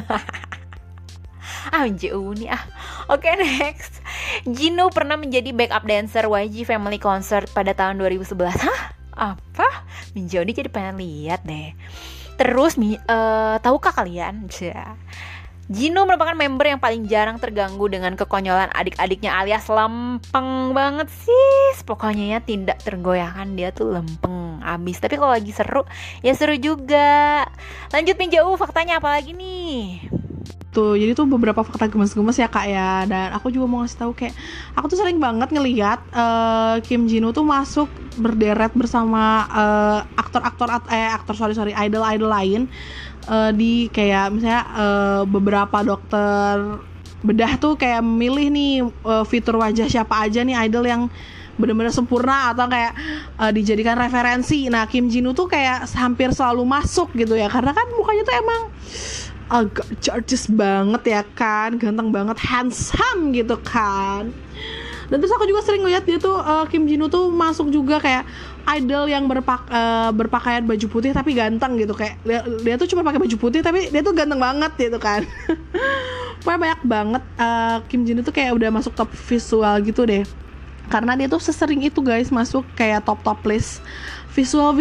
Minjodi nih. Oke, next. Jinu pernah menjadi backup dancer YG Family Concert pada tahun 2011. Hah? Apa? Min Joni jadi pengen lihat deh. Terus tahukah kalian? Jinu merupakan member yang paling jarang terganggu dengan kekonyolan adik-adiknya alias lempeng banget sih. Pokoknya ya tidak tergoyahkan, dia tuh lempeng abis. Tapi kalau lagi seru, ya seru juga. Lanjut Min Jauh, faktanya apa lagi nih? Tuh, jadi tuh beberapa fakta gemes-gemes ya kak ya. Dan aku juga mau ngasih tahu kayak aku tuh sering banget ngelihat Kim Jinu tuh masuk berderet bersama idol lain di kayak misalnya beberapa dokter bedah tuh kayak memilih nih fitur wajah siapa aja nih idol yang benar-benar sempurna atau kayak dijadikan referensi. Nah Kim Jinu tuh kayak hampir selalu masuk gitu ya, karena kan mukanya tuh emang agak gorgeous banget ya kan, ganteng banget, handsome gitu kan. Dan terus aku juga sering lihat dia tuh Kim Jinu tuh masuk juga kayak idol yang berpakaian baju putih tapi ganteng gitu, kayak dia tuh cuma pakai baju putih tapi dia tuh ganteng banget gitu kan. Pokoknya banyak banget Kim Jinu tuh kayak udah masuk top visual gitu deh, karena dia tuh sesering itu guys masuk kayak top list visual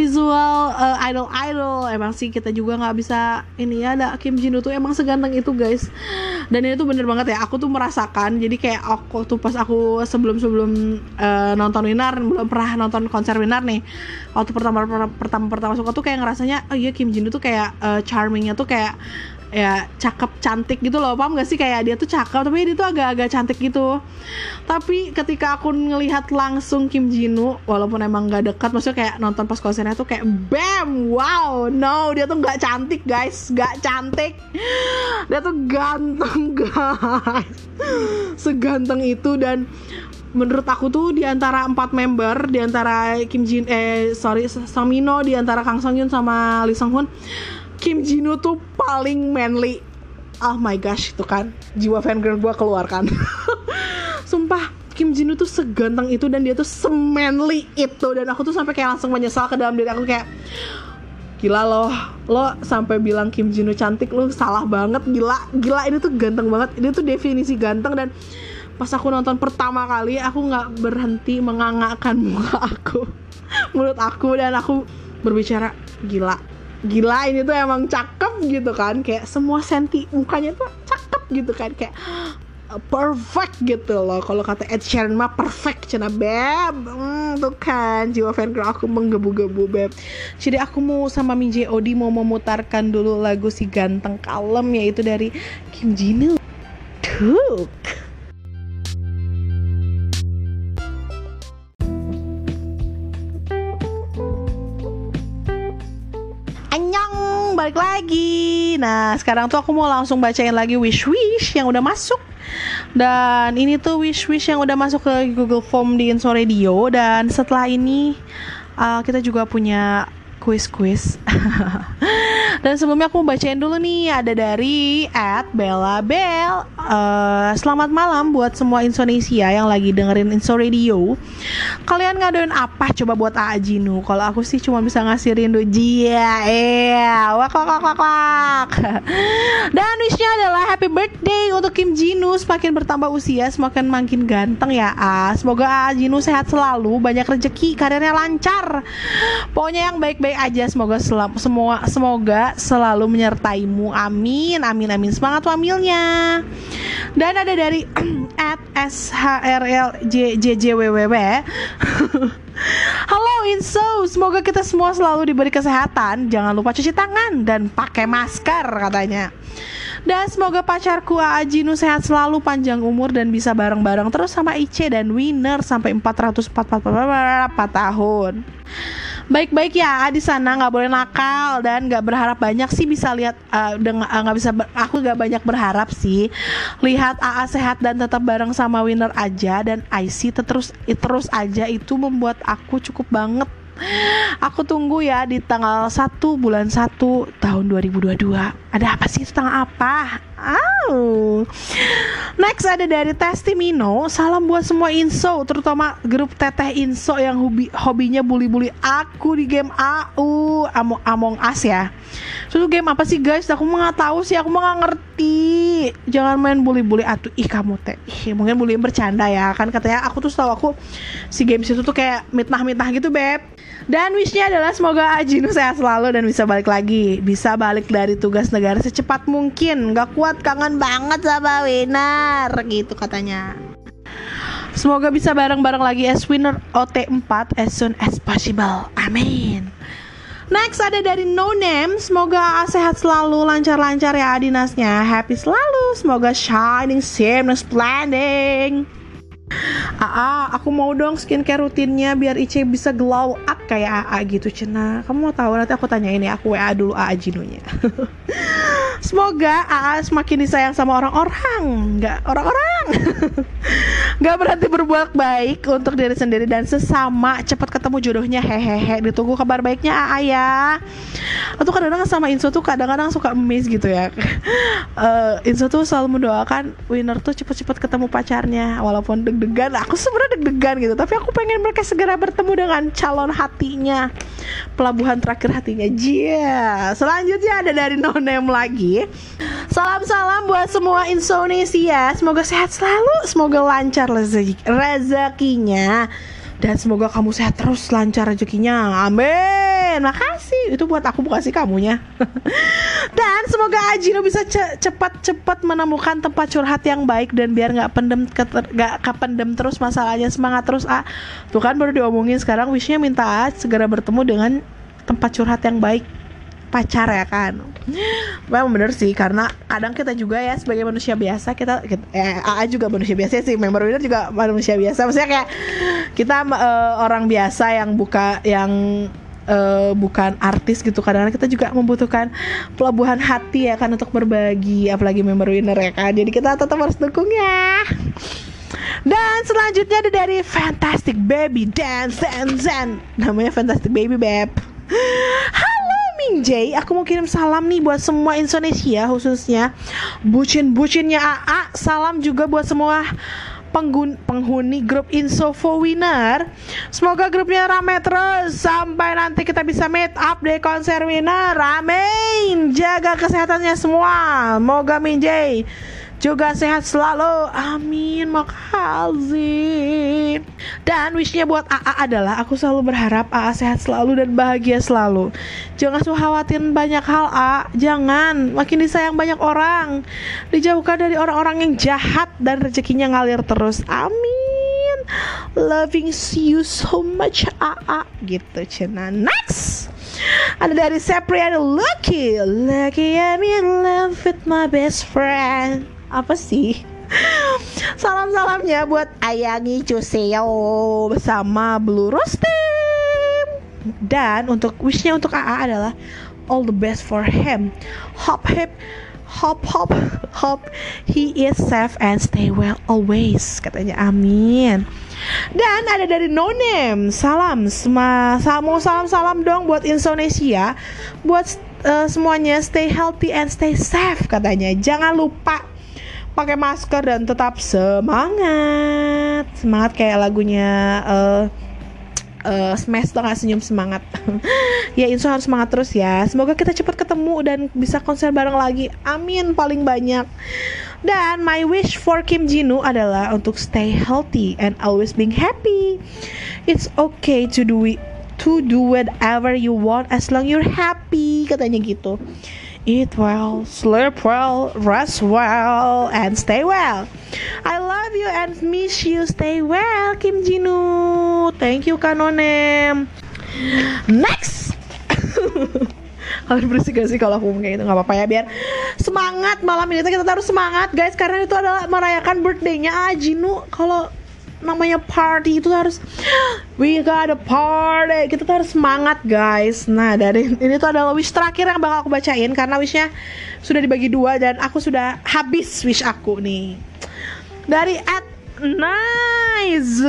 idol. Emang sih kita juga nggak bisa ini ya, ada Kim Jinu tuh emang seganteng itu guys. Dan ini tuh bener banget ya, aku tuh merasakan. Jadi kayak aku tuh pas aku sebelum nonton Winner, belum pernah nonton konser Winner nih, waktu pertama suka tuh kayak ngerasanya oh iya Kim Jinu tuh kayak charmingnya tuh kayak ya cakep cantik gitu loh, paham gak sih, kayak dia tuh cakep tapi dia tuh agak-agak cantik gitu. Tapi ketika aku ngelihat langsung Kim Jinu, walaupun emang gak dekat, maksudnya kayak nonton pas konsernya tuh kayak bam, wow, no, dia tuh gak cantik guys, gak cantik, dia tuh ganteng guys, seganteng itu. Dan menurut aku tuh di antara 4 member, di antara Samino, di antara Kang Sung Hyun sama Lee Sung Hoon, Kim Jinu tuh paling manly. Oh my gosh, itu kan jiwa fangirl gue keluar kan. Sumpah Kim Jinu tuh seganteng itu dan dia tuh semanly itu. Dan aku tuh sampai kayak langsung menyesal ke dalam diri aku, kayak gila lo sampai bilang Kim Jinu cantik, lo salah banget. Gila ini tuh ganteng banget, ini tuh definisi ganteng. Dan pas aku nonton pertama kali, aku gak berhenti mengangakkan mulut aku dan aku berbicara, gila ini tuh emang cakep gitu kan, kayak semua senti mukanya tuh cakep gitu kan, kayak perfect gitu loh. Kalau kata Ed Sheeran mah perfect cina beb. Tuh kan jiwa fangirl aku menggebu-gebu beb. Jadi aku mau sama Min J.O.D mau memutarkan dulu lagu si ganteng kalem, yaitu dari Kim Jinu, Tuk. Balik lagi. Nah sekarang tuh aku mau langsung bacain lagi wish yang udah masuk. Dan ini tuh wish yang udah masuk ke Google Form di Inso Radio. Dan setelah ini kita juga punya quiz. Dan sebelumnya aku mau bacain dulu nih, ada dari @bellabel. Selamat malam buat semua Indonesia yang lagi dengerin Inso Radio. Kalian ngadoin apa coba buat A.A. Jinu? Kalau aku sih cuma bisa ngasih rindu wak. Dan wishnya adalah happy birthday untuk Kim Jinu. Semakin bertambah usia semakin makin ganteng ya Semoga A.A. Jinu sehat selalu, banyak rezeki, karirnya lancar, pokoknya yang baik-baik aja. Semoga selalu menyertaimu, amin. Semangat wamilnya. Dan ada dari @shrljjww. Halo Inso, semoga kita semua selalu diberi kesehatan, jangan lupa cuci tangan dan pakai masker katanya. Dan semoga pacarku A.A. Jinu sehat selalu, panjang umur dan bisa bareng-bareng terus sama Ice dan Winner sampai 444 tahun. Baik-baik ya di sana, nggak boleh nakal dan nggak berharap banyak sih. Bisa lihat aku nggak banyak berharap sih. Lihat A.A. sehat dan tetap bareng sama Winner aja, dan IC terus aja, itu membuat aku cukup banget. Aku tunggu ya di tanggal 1 bulan 1 tahun 2022. Ada apa sih itu, tanggal apa? Next ada dari Testimino. Salam buat semua Inso, terutama grup Teteh Inso yang hobinya bully-bully aku di game Among Us ya. Itu game apa sih guys? Aku mah nggak tahu sih, aku mah nggak ngerti. Jangan main bully-bully atuh. Ih kamu teh. Mungkin bully bercanda ya. Kan katanya aku tuh setahu aku si games itu tuh kayak mitnah-mitnah gitu beb. Dan wishnya adalah semoga Ajinu sehat selalu dan bisa balik lagi. Bisa balik dari tugas negara secepat mungkin. Gak kuat, kangen banget sama Winner gitu katanya. Semoga bisa bareng-bareng lagi as Winner OT4 as soon as possible. Amin. Next ada dari No Name. Semoga sehat selalu, lancar-lancar ya dinasnya. Happy selalu. Semoga shining, seamless, splendid. Aku mau dong skincare rutinnya biar Ice bisa glow up kayak AA gitu Cina. Kamu mau tahu nanti aku tanyain ya, aku WA dulu AA Jinunya. Semoga AA semakin disayang sama orang-orang, nggak berhenti berbuat baik untuk diri sendiri dan sesama. Cepat ketemu jodohnya, hehehe. Ditunggu kabar baiknya AA ya. Atau kadang-kadang sama Inso tuh kadang-kadang suka miss gitu ya. Inso tuh selalu mendoakan Winner tuh cepet-cepet ketemu pacarnya, walaupun deg-degan. Aku sebenarnya deg-degan gitu, tapi aku pengen mereka segera bertemu dengan calon hatinya, pelabuhan terakhir hatinya. Selanjutnya ada dari No Name lagi. Salam-salam buat semua Indonesia. Semoga sehat selalu, semoga lancar rezekinya, dan semoga kamu sehat terus, lancar rezekinya. Amin. Makasih. Itu buat aku, bukan sih kamunya. Dan semoga Ajino bisa cepat-cepat menemukan tempat curhat yang baik dan biar nggak kependem terus masalahnya. Semangat terus Tuh kan baru diomongin sekarang wishnya minta segera bertemu dengan tempat curhat yang baik, pacar ya kan. Memang bener sih, karena kadang kita juga ya sebagai manusia biasa, kita AA juga manusia biasa sih, member Winner juga manusia biasa. Maksudnya kayak kita orang biasa yang bukan artis gitu. Kadang-kadang kita juga membutuhkan pelabuhan hati ya kan untuk berbagi, apalagi member Winner ya kan. Jadi kita tetap harus dukung ya. Dan selanjutnya ada dari Fantastic Baby Dance. Namanya Fantastic Baby Beb. Halo Minjay, aku mau kirim salam nih buat semua Indonesia, khususnya bucin-bucinnya AA. Salam juga buat semua penghuni grup Info Winner. Semoga grupnya rame terus sampai nanti kita bisa meet up di konser Winner. Amin. Jaga kesehatannya semua. Moga Minjay juga sehat selalu. Amin. Makasih. Dan wishnya buat AA adalah aku selalu berharap AA sehat selalu dan bahagia selalu. Jangan suka khawatirin banyak hal Jangan. Makin disayang banyak orang, dijauhkan dari orang-orang yang jahat, dan rezekinya ngalir terus. Amin. Loving you so much AA gitu Cina. Next ada dari Sepriano. Lucky I'm in love with my best friend. Apa sih? Salam-salamnya buat Ayangi Cuseo bersama Blue Rose Team. Dan untuk wishnya untuk AA adalah all the best for him. Hope he is safe and stay well always, katanya. Amin. Dan ada dari No Name. Salam dong buat Indonesia, buat semuanya stay healthy and stay safe, katanya. Jangan lupa pakai masker dan tetap semangat kayak lagunya Smash tuh, gak senyum semangat. Ya Inso harus semangat terus ya. Semoga kita cepat ketemu dan bisa konser bareng lagi. Amin paling banyak. Dan my wish for Kim Jinu adalah untuk stay healthy and always being happy. It's okay to do whatever you want as long you're happy, katanya gitu. Eat well, sleep well, rest well, and stay well. I love you and miss you. Stay well, Kim Jinu. Thank you, Kanonem. Next. Harus berisik gak sih kalau aku ngomong kayak gitu? Gak apa-apa ya, biar semangat malam ini. Kita harus semangat guys, karena itu adalah merayakan birthday-nya Jinu. Kalau namanya party itu harus we got a party, kita tuh harus semangat guys. Nah dari ini tuh adalah wish terakhir yang bakal aku bacain, karena wishnya sudah dibagi 2 dan aku sudah habis wish aku nih. Dari Nice.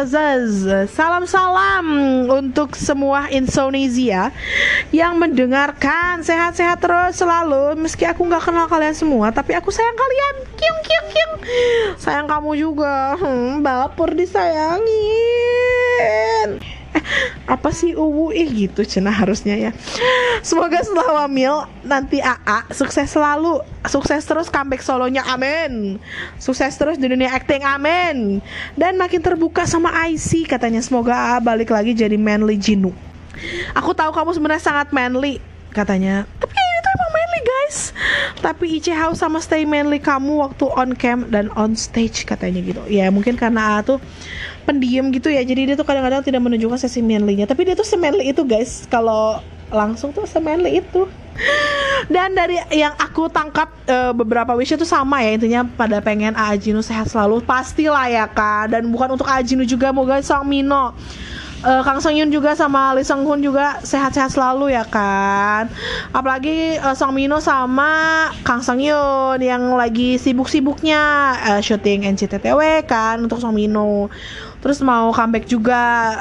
Salam-salam untuk semua Indonesia yang mendengarkan. Sehat-sehat terus selalu. Meski aku gak kenal kalian semua, tapi aku sayang kalian. Kiung kiung kiung. Sayang kamu juga. Baper disayangin. Apa sih gitu cenah harusnya ya. Semoga setelah wamil nanti AA sukses selalu, sukses terus comeback solonya, amin. Sukses terus di dunia acting, amin. Dan makin terbuka sama IC katanya. Semoga AA balik lagi jadi manly Jinu. Aku tahu kamu sebenarnya sangat manly katanya, tapi itu emang manly guys. Tapi Ice House sama stay manly kamu waktu on cam dan on stage katanya gitu. Ya mungkin karena AA tuh pendiam gitu ya, jadi dia tuh kadang-kadang tidak menunjukkan sesi manly-nya, tapi dia tuh semanly itu guys, kalau langsung tuh semanly itu. Dan dari yang aku tangkap beberapa wishnya tuh sama ya, intinya pada pengen AA Jinu sehat selalu, pastilah ya kan. Dan bukan untuk AA Jinu juga, moga Song Mino, Kang Sung Yoon juga sama Lee Seung Hoon juga sehat-sehat selalu ya kan. Apalagi Song Mino sama Kang Sung Yoon yang lagi sibuk-sibuknya syuting NCTTW kan untuk Song Mino. Terus mau comeback juga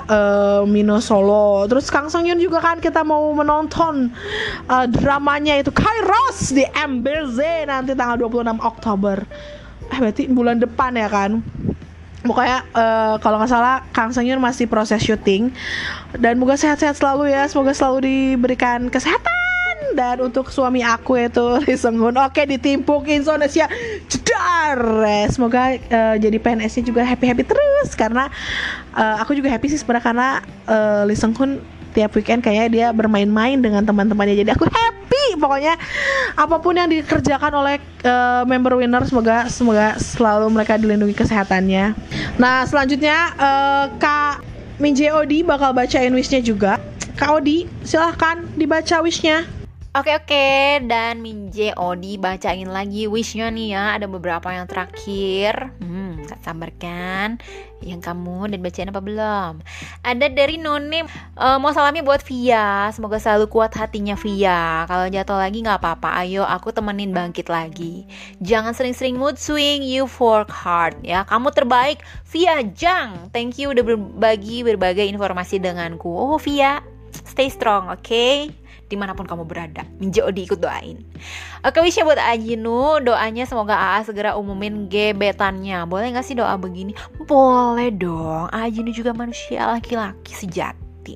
Mino solo. Terus Kang Sung Yoon juga kan kita mau menonton dramanya itu Kairos di MBZ nanti tanggal 26 Oktober. Berarti bulan depan ya kan. Pokoknya kalau nggak salah Kang Sung Yoon masih proses syuting. Dan moga sehat-sehat selalu ya. Semoga selalu diberikan kesehatan. Dan untuk suami aku yaitu Lee Seung Hoon, oke ditimpuk Indonesia jedar. Semoga jadi PNS-nya juga happy-happy terus. Karena aku juga happy sih sebenarnya, karena Lee Seung Hoon tiap weekend kayak dia bermain-main dengan teman-temannya. Jadi aku happy. Pokoknya apapun yang dikerjakan oleh member winner, semoga selalu mereka dilindungi kesehatannya. Nah selanjutnya Kak Min Jae Odi bakal bacain wishnya juga. Kak Odi silahkan dibaca wishnya. Oke, dan Min Jae Odi bacain lagi wishnya nih ya. Ada beberapa yang terakhir. Gak sabar kan? Yang kamu dan bacain apa belum? Ada dari None, mau salamnya buat Via. Semoga selalu kuat hatinya Via. Kalau jatuh lagi gak apa-apa, ayo aku temenin bangkit lagi. Jangan sering-sering mood swing, you work hard ya. Kamu terbaik, Via Jang. Thank you udah berbagi berbagai informasi denganku. Oh Via, stay strong, oke? Dimanapun kamu berada, Min Jae Odi ikut doain. Oke, wishnya buat AA Jinu, doanya semoga AA segera umumin gebetannya. Boleh gak sih doa begini? Boleh dong, AA Jinu juga manusia laki-laki sejati.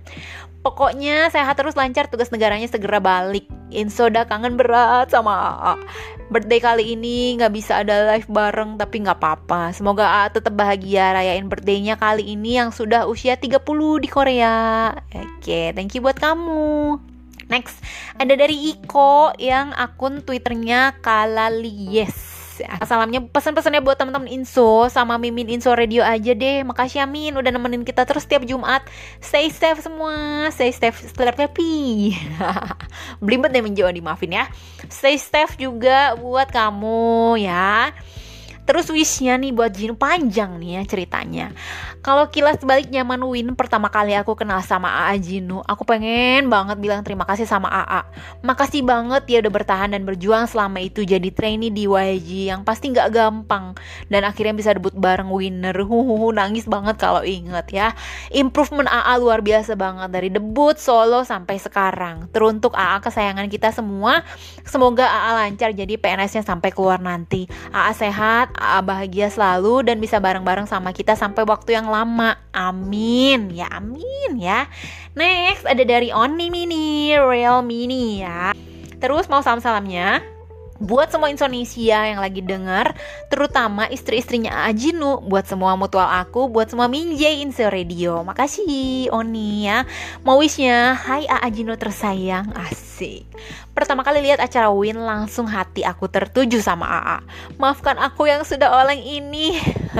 Pokoknya sehat terus, lancar, tugas negaranya segera balik. Insoda kangen berat sama AA. Birthday kali ini gak bisa ada live bareng, tapi gak apa-apa. Semoga AA tetap bahagia rayain birthday-nya kali ini yang sudah usia 30 di Korea. Oke, thank you buat kamu. Next, ada dari Iko yang akun Twitternya Kalalies. Salamnya, pesan-pesannya buat teman-teman Inso sama Mimin Inso Radio aja deh. Makasih Amin udah nemenin kita terus tiap Jumat. Stay safe semua, stay safe, happy. Belibet deh Min Jae Odi, maafin ya. Stay safe juga buat kamu ya. Terus wishnya nih buat Jinu, panjang nih ya ceritanya. Kalau kilas balik nyaman Win, pertama kali aku kenal sama AA Jinu, aku pengen banget bilang terima kasih sama AA. Makasih banget ya udah bertahan dan berjuang selama itu jadi trainee di YG yang pasti gak gampang. Dan akhirnya bisa debut bareng winner. Nangis banget kalau inget ya. Improvement AA luar biasa banget dari debut solo sampai sekarang. Teruntuk AA kesayangan kita semua, semoga AA lancar jadi PNS-nya sampai keluar nanti. AA sehat, AA bahagia selalu dan bisa bareng-bareng sama kita sampai waktu yang lama. Amin ya, amin ya. Next ada dari Oni Mini, Real Mini ya. Terus mau salam-salamnya buat semua Indonesia yang lagi denger, terutama istri-istrinya AA Jinu, buat semua mutual aku, buat semua Min Jae Inso Radio. Makasih Oni ya. Mau wishnya, hai AA Jinu tersayang, asik. Pertama kali lihat acara Win, langsung hati aku tertuju sama AA. Maafkan aku yang sudah oleng ini.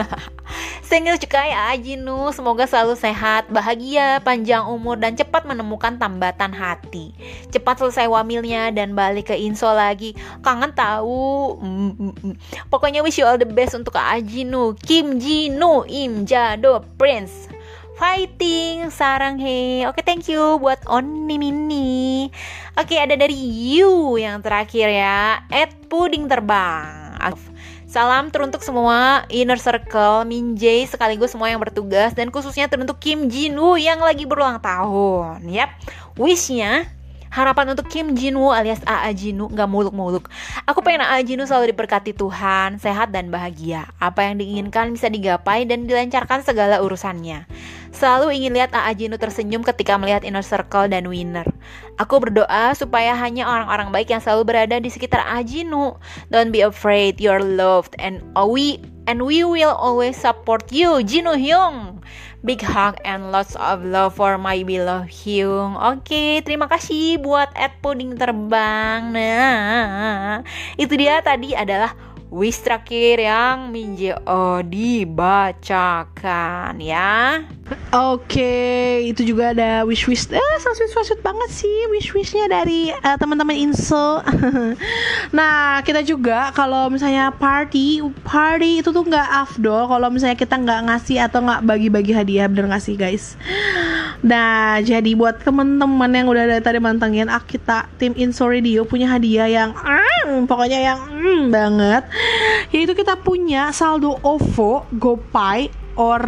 Sengil cukai AA Jinu, semoga selalu sehat, bahagia, panjang umur, dan cepat menemukan tambatan hati. Cepat selesai wamilnya dan balik ke Inso lagi. Kangen tahu. Pokoknya wish you all the best untuk AA Jinu, Kim Jinu, Im Jado, Prince. Fighting, sarang he. Oke, thank you buat Oni Mini. Oke, ada dari you yang terakhir ya, Puding Terbang. Salam teruntuk semua inner circle, Minjay sekaligus semua yang bertugas, dan khususnya teruntuk Kim Jinwoo yang lagi berulang tahun. Yap, wishnya harapan untuk Kim Jinwoo alias AA Jinwoo gak muluk-muluk. Aku pengen AA Jinwoo selalu diberkati Tuhan, sehat dan bahagia. Apa yang diinginkan bisa digapai dan dilancarkan segala urusannya. Selalu ingin lihat AA Jinwoo tersenyum ketika melihat inner circle dan winner. Aku berdoa supaya hanya orang-orang baik yang selalu berada di sekitar AA Jinwoo. Don't be afraid, you're loved and we will always support you, Jinwoo Hyung. Big hug and lots of love for my beloved Hyung. Oke, terima kasih buat @puding terbang. Nah, itu dia tadi adalah wish terakhir yang Minje dibacakan ya. Oke, itu juga ada wish-wish. Sweet banget sih wish-wishnya dari teman-teman Inso. Nah, kita juga kalau misalnya party itu tuh nggak afdol kalau misalnya kita nggak ngasih atau nggak bagi-bagi hadiah, bener nggak sih guys? Nah, jadi buat teman-teman yang udah dari tadi mantengin, kita tim Inso Radio punya hadiah yang pokoknya yang banget. Yaitu kita punya saldo OVO, GoPay, or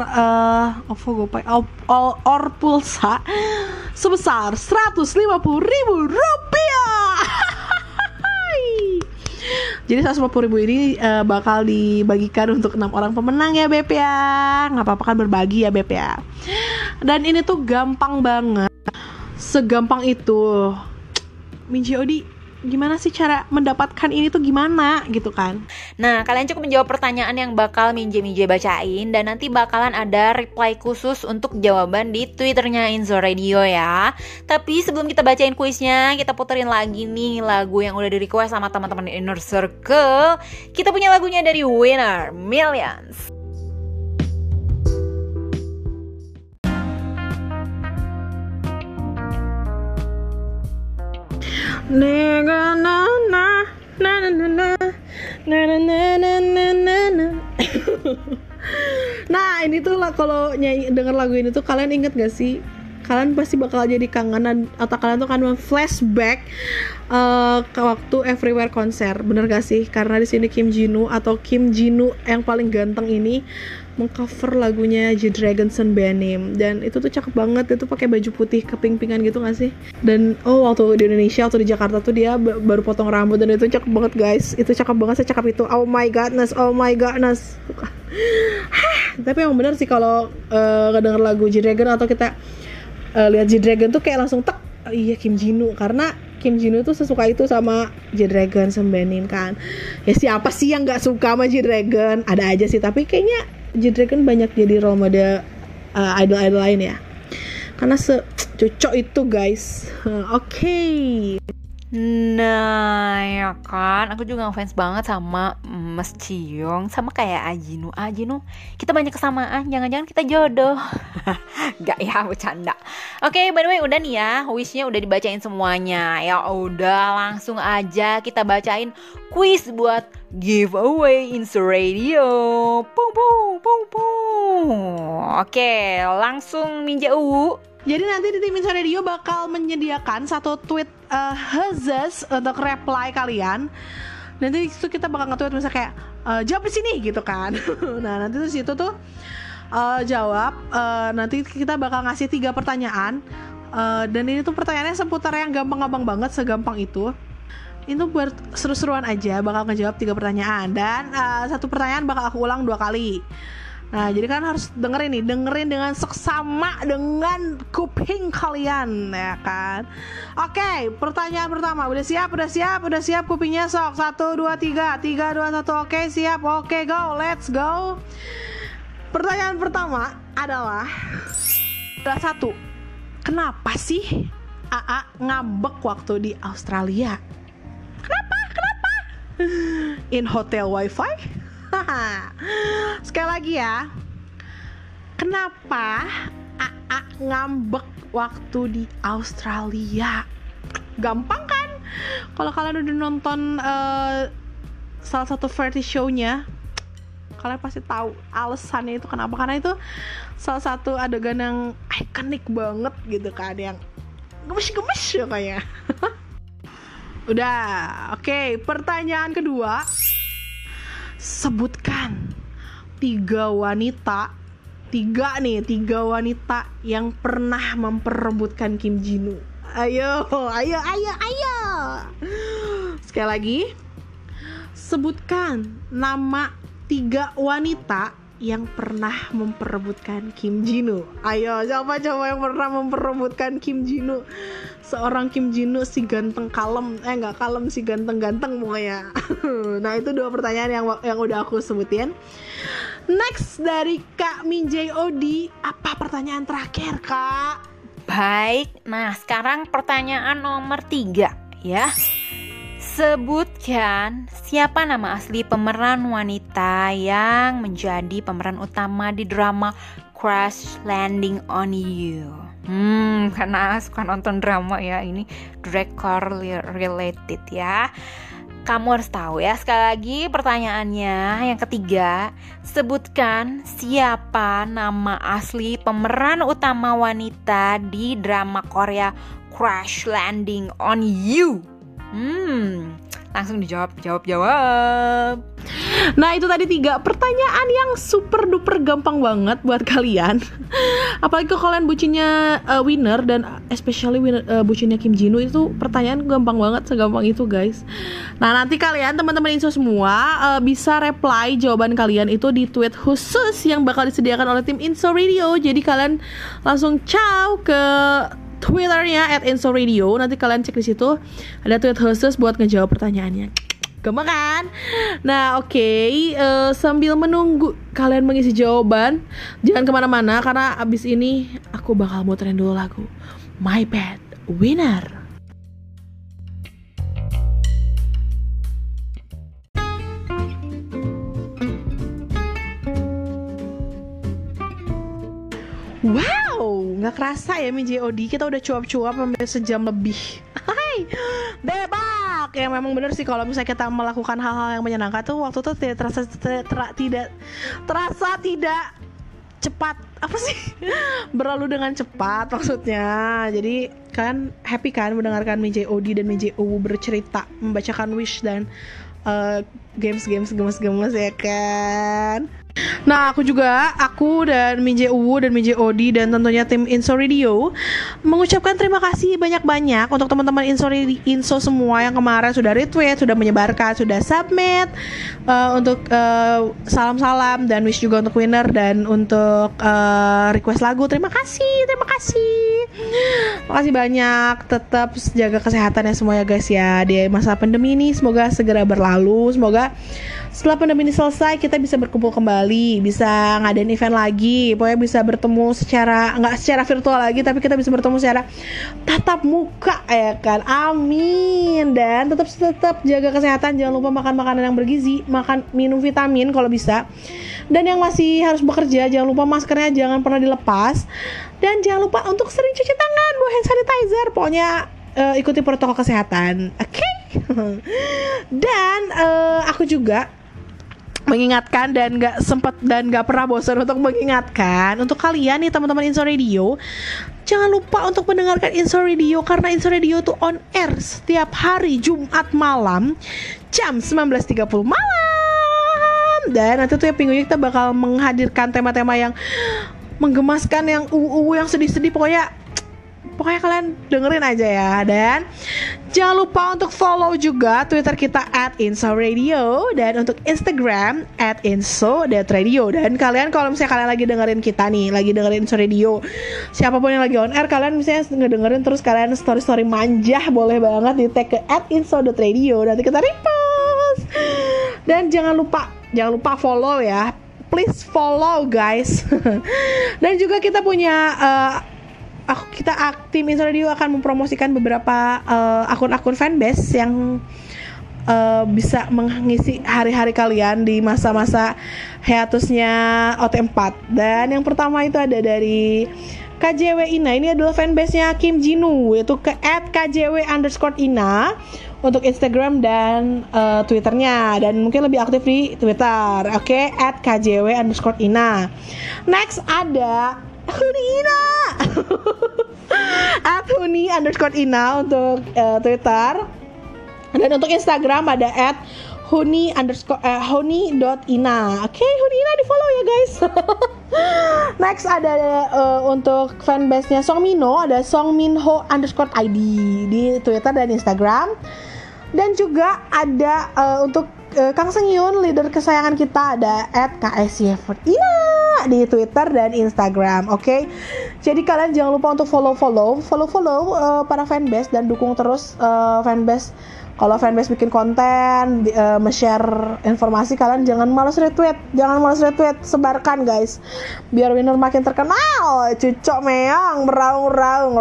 pulsa sebesar 150.000 rupiah. Jadi 150.000 ini bakal dibagikan untuk 6 orang pemenang ya Beb ya. Nggak apa-apa kan berbagi ya Beb ya. Dan ini tuh gampang banget, segampang itu. Minji Odi, gimana sih cara mendapatkan ini tuh gimana gitu kan? Nah, kalian cukup menjawab pertanyaan yang bakal Minje bacain, dan nanti bakalan ada reply khusus untuk jawaban di Twitternya Inzo Radio ya. Tapi sebelum kita bacain kuisnya, kita puterin lagi nih lagu yang udah di request sama teman-teman Inner Circle. Kita punya lagunya dari Winner Millions. Nega na na na na na na na na na na na. Nah, ini tuh lah, kalau nyanyi denger lagu ini tuh kalian inget gak sih? Kalian pasti bakal jadi kangen atau kalian tuh kan flashback ke waktu Everywhere konser, bener gak sih? Karena di sini Kim Jinwoo yang paling ganteng ini mengcover lagunya G-Dragon Sunbanim, dan itu tuh cakep banget. Itu pakai baju putih keping-pingan gitu gak sih? Dan waktu di Indonesia, waktu di Jakarta tuh dia baru potong rambut, dan itu cakep banget guys. Itu cakep banget, secakep itu. Oh my godness. Tapi emang bener sih kalau ngedenger lagu G-Dragon atau kita lihat G-Dragon tuh kayak langsung iya Kim Jinwoo, karena Kim Jinwoo tuh sesuka itu sama G-Dragon Sunbanim kan. Ya siapa sih yang nggak suka sama G-Dragon? Ada aja sih, tapi kayaknya G-Dragon banyak jadi role model idol-idol lain ya, karena cocok itu guys. Oke. Nah, ya kan, aku juga ngefans banget sama Mas Ciong, sama kayak Ajinu. Kita banyak kesamaan, jangan-jangan kita jodoh. Gak ya, bercanda. Oke, by the way, udah nih ya, wishnya udah dibacain semuanya. Ya udah, langsung aja kita bacain kuis buat giveaway Inso Radio. Oke, langsung Minja Jadi nanti di tim Inso Radio bakal menyediakan satu tweet khusus untuk reply kalian. Nanti itu kita bakal nge-tweet misalnya kayak jawab di sini gitu kan. Nah, nanti tuh situ tuh jawab. Nanti kita bakal ngasih 3 pertanyaan. Dan ini tuh pertanyaannya seputar yang gampang-gampang banget, segampang itu. Itu buat seru-seruan aja, bakal ngejawab 3 pertanyaan. Dan 1 pertanyaan bakal aku ulang 2 kali. Nah, jadi kan harus dengerin dengan seksama dengan kuping kalian ya kan. Oke, pertanyaan pertama. Udah siap kupingnya sok. 1 2 3 2 1. Oke, siap. Oke, go. Let's go. Pertanyaan pertama adalah 1. Kenapa sih AA ngambek waktu di Australia? Kenapa? In hotel wifi? Sekali lagi ya, kenapa AA ngambek waktu di Australia? Gampang kan? Kalau kalian udah nonton salah satu variety show-nya, kalian pasti tahu alasannya itu kenapa. Karena itu salah satu adegan yang ikonik banget gitu kan, yang gemes-gemes ya kayaknya. Udah, oke. Pertanyaan kedua, sebutkan tiga wanita yang pernah memperebutkan Kim Ji-woo. Ayo. Sekali lagi, sebutkan nama 3 wanita yang pernah memperebutkan Kim Ji-woo. Ayo, siapa yang pernah memperebutkan Kim Ji-woo? Seorang Kim Ji-woo si ganteng kalem, nggak kalem, si ganteng-ganteng pokoknya. Nah, itu 2 pertanyaan yang udah aku sebutin. Next dari Kak Min J.O.D, apa pertanyaan terakhir, Kak? Baik, nah sekarang pertanyaan nomor 3 ya. Sebutkan siapa nama asli pemeran wanita yang menjadi pemeran utama di drama Crash Landing on You. Karena suka nonton drama ya, ini drakor related ya. Kamu harus tahu ya. Sekali lagi pertanyaannya yang ketiga, sebutkan siapa nama asli pemeran utama wanita di drama Korea Crash Landing on You. Langsung jawab. Nah, itu tadi 3 pertanyaan yang super duper gampang banget buat kalian. Apalagi kalau kalian bucinnya Winner dan especially bucinnya Kim Ji-woo, itu pertanyaan gampang banget, segampang itu guys. Nah, nanti kalian teman-teman Inso semua bisa reply jawaban kalian itu di tweet khusus yang bakal disediakan oleh tim Inso Radio. Jadi kalian langsung ciao ke Twitternya @InsoRadio. Nanti kalian cek di situ, ada tweet khusus buat ngejawab pertanyaannya. Gampang kan? Nah, oke. Sambil menunggu kalian mengisi jawaban, jangan kemana-mana karena abis ini aku bakal muterin dulu lagu My Bad Winner. Wow, nggak kerasa ya Min J.O.D, kita udah cuap-cuap sampai sejam lebih. Hai, debak. Ya memang bener sih kalau misalnya kita melakukan hal-hal yang menyenangkan tuh waktu tuh tidak terasa tidak cepat. Apa sih? Berlalu dengan cepat maksudnya. Jadi kan happy kan mendengarkan Min J.O.D dan Min J.O.W bercerita, membacakan wish dan games gemes-gemes ya kan. Nah, aku dan Min J.O.W dan Min J.O.D dan tentunya tim Inso Radio mengucapkan terima kasih banyak-banyak untuk teman-teman Inso semua yang kemarin sudah retweet, sudah menyebarkan, sudah submit untuk salam-salam dan wish juga untuk winner dan untuk request lagu. Terima kasih. Makasih banyak. Tetap jaga kesehatan ya semua ya guys ya di masa pandemi ini. Semoga segera berlalu. Semoga setelah pandemi ini selesai kita bisa berkumpul kembali, bisa ngadain event lagi, pokoknya bisa bertemu nggak secara virtual lagi, tapi kita bisa bertemu secara tatap muka ya kan. Amin. Dan tetap jaga kesehatan, jangan lupa makan makanan yang bergizi, minum vitamin kalau bisa. Dan yang masih harus bekerja, jangan lupa maskernya jangan pernah dilepas. Dan jangan lupa untuk sering cuci tangan, bawa hand sanitizer. Pokoknya ikuti protokol kesehatan. Oke? Dan aku juga mengingatkan dan gak pernah bosan untuk mengingatkan untuk kalian nih teman-teman Inso Radio, jangan lupa untuk mendengarkan Inso Radio karena Inso Radio itu on air setiap hari Jumat malam jam 19.30 malam. Dan nanti tuh ya minggu ini kita bakal menghadirkan tema-tema yang menggemaskan, yang yang sedih-sedih, pokoknya kalian dengerin aja ya. Dan jangan lupa untuk follow juga Twitter kita @InsoRadio dan untuk Instagram @inso.radio. Dan kalian kalau misalnya kalian lagi dengerin kita nih, lagi dengerin Inso Radio, siapapun yang lagi on air, kalian misalnya ngedengerin terus kalian story manja, boleh banget di tag ke @inso.radio, nanti kita repost. Dan jangan lupa follow ya, please follow guys. Dan juga kita punya tim Inso Radio akan mempromosikan beberapa akun-akun fanbase yang bisa mengisi hari-hari kalian di masa-masa hiatusnya OT4. Dan yang pertama itu ada dari KJW Ina. Ini adalah fanbase-nya Kim Ji-woo, yaitu ke @KJW_Ina untuk Instagram dan Twitternya, dan mungkin lebih aktif di Twitter. Oke, @KJW_Ina. Next ada Hunina @Huni_Ina untuk Twitter. Dan untuk Instagram ada Honi.ina. Oke, Honi Ina di follow ya guys. Next ada untuk fanbase-nya Songminho, ada Songminho_ID di Twitter dan Instagram. Dan juga ada untuk Kang Seung-yoon, leader kesayangan kita, ada @KSYForina di Twitter dan Instagram. Oke. Jadi kalian jangan lupa untuk follow para fanbase dan dukung terus fanbase. Kalau fanbase bikin konten, share informasi, kalian jangan malas retweet, sebarkan guys, biar winner makin terkenal. Cucok meong, meraung-raung.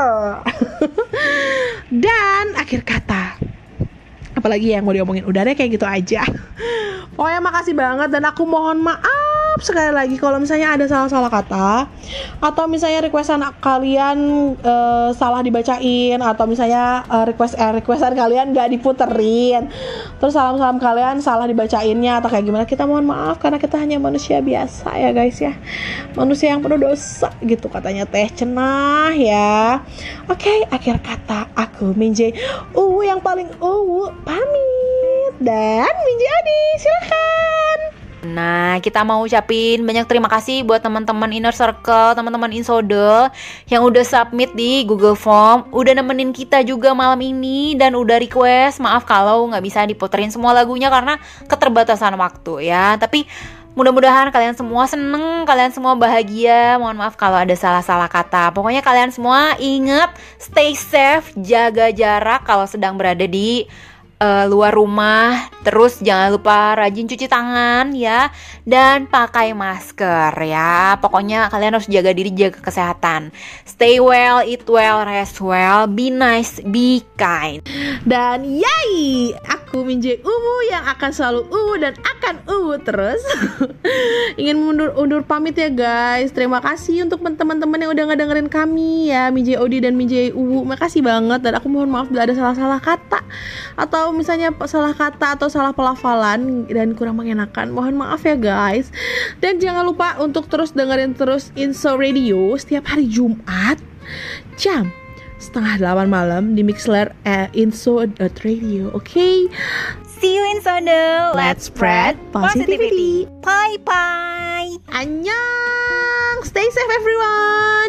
Dan akhir kata, apalagi yang mau diomongin, udah deh kayak gitu aja. Pokoknya makasih banget, dan aku mohon maaf sekali lagi kalau misalnya ada salah-salah kata, atau misalnya requestan kalian salah dibacain, atau misalnya requestan kalian gak diputerin, terus salam-salam kalian salah dibacainnya atau kayak gimana, kita mohon maaf karena kita hanya manusia biasa ya guys ya, manusia yang penuh dosa gitu katanya Teh Cenah ya. Oke, akhir kata aku Minje yang paling pamit, dan Minje Adi silahkan. Nah, kita mau ucapin banyak terima kasih buat teman-teman Inner Circle, teman-teman Insode yang udah submit di Google Form, udah nemenin kita juga malam ini, dan udah request. Maaf kalau nggak bisa diputerin semua lagunya karena keterbatasan waktu ya. Tapi mudah-mudahan kalian semua seneng, kalian semua bahagia. Mohon maaf kalau ada salah-salah kata. Pokoknya kalian semua ingat, stay safe, jaga jarak kalau sedang berada di luar rumah. Terus jangan lupa rajin cuci tangan ya, dan pakai masker ya. Pokoknya kalian harus jaga diri, jaga kesehatan. Stay well, eat well, rest well, be nice, be kind. Dan yay, aku Minje yang akan selalu dan akan terus. Ingin undur pamit ya guys. Terima kasih untuk teman-teman yang udah ngedengerin kami ya, Minje Odi dan Minje makasih banget. Dan aku mohon maaf bila ada salah-salah kata, atau misalnya salah kata atau salah pelafalan dan kurang mengenakan, mohon maaf ya guys. Dan jangan lupa untuk terus dengerin terus Inso Radio setiap hari Jumat jam 7:30 malam di Mixler Inso.radio. Oke? See you in Sode. Let's spread positivity. Bye bye. Annyeong. Stay safe everyone.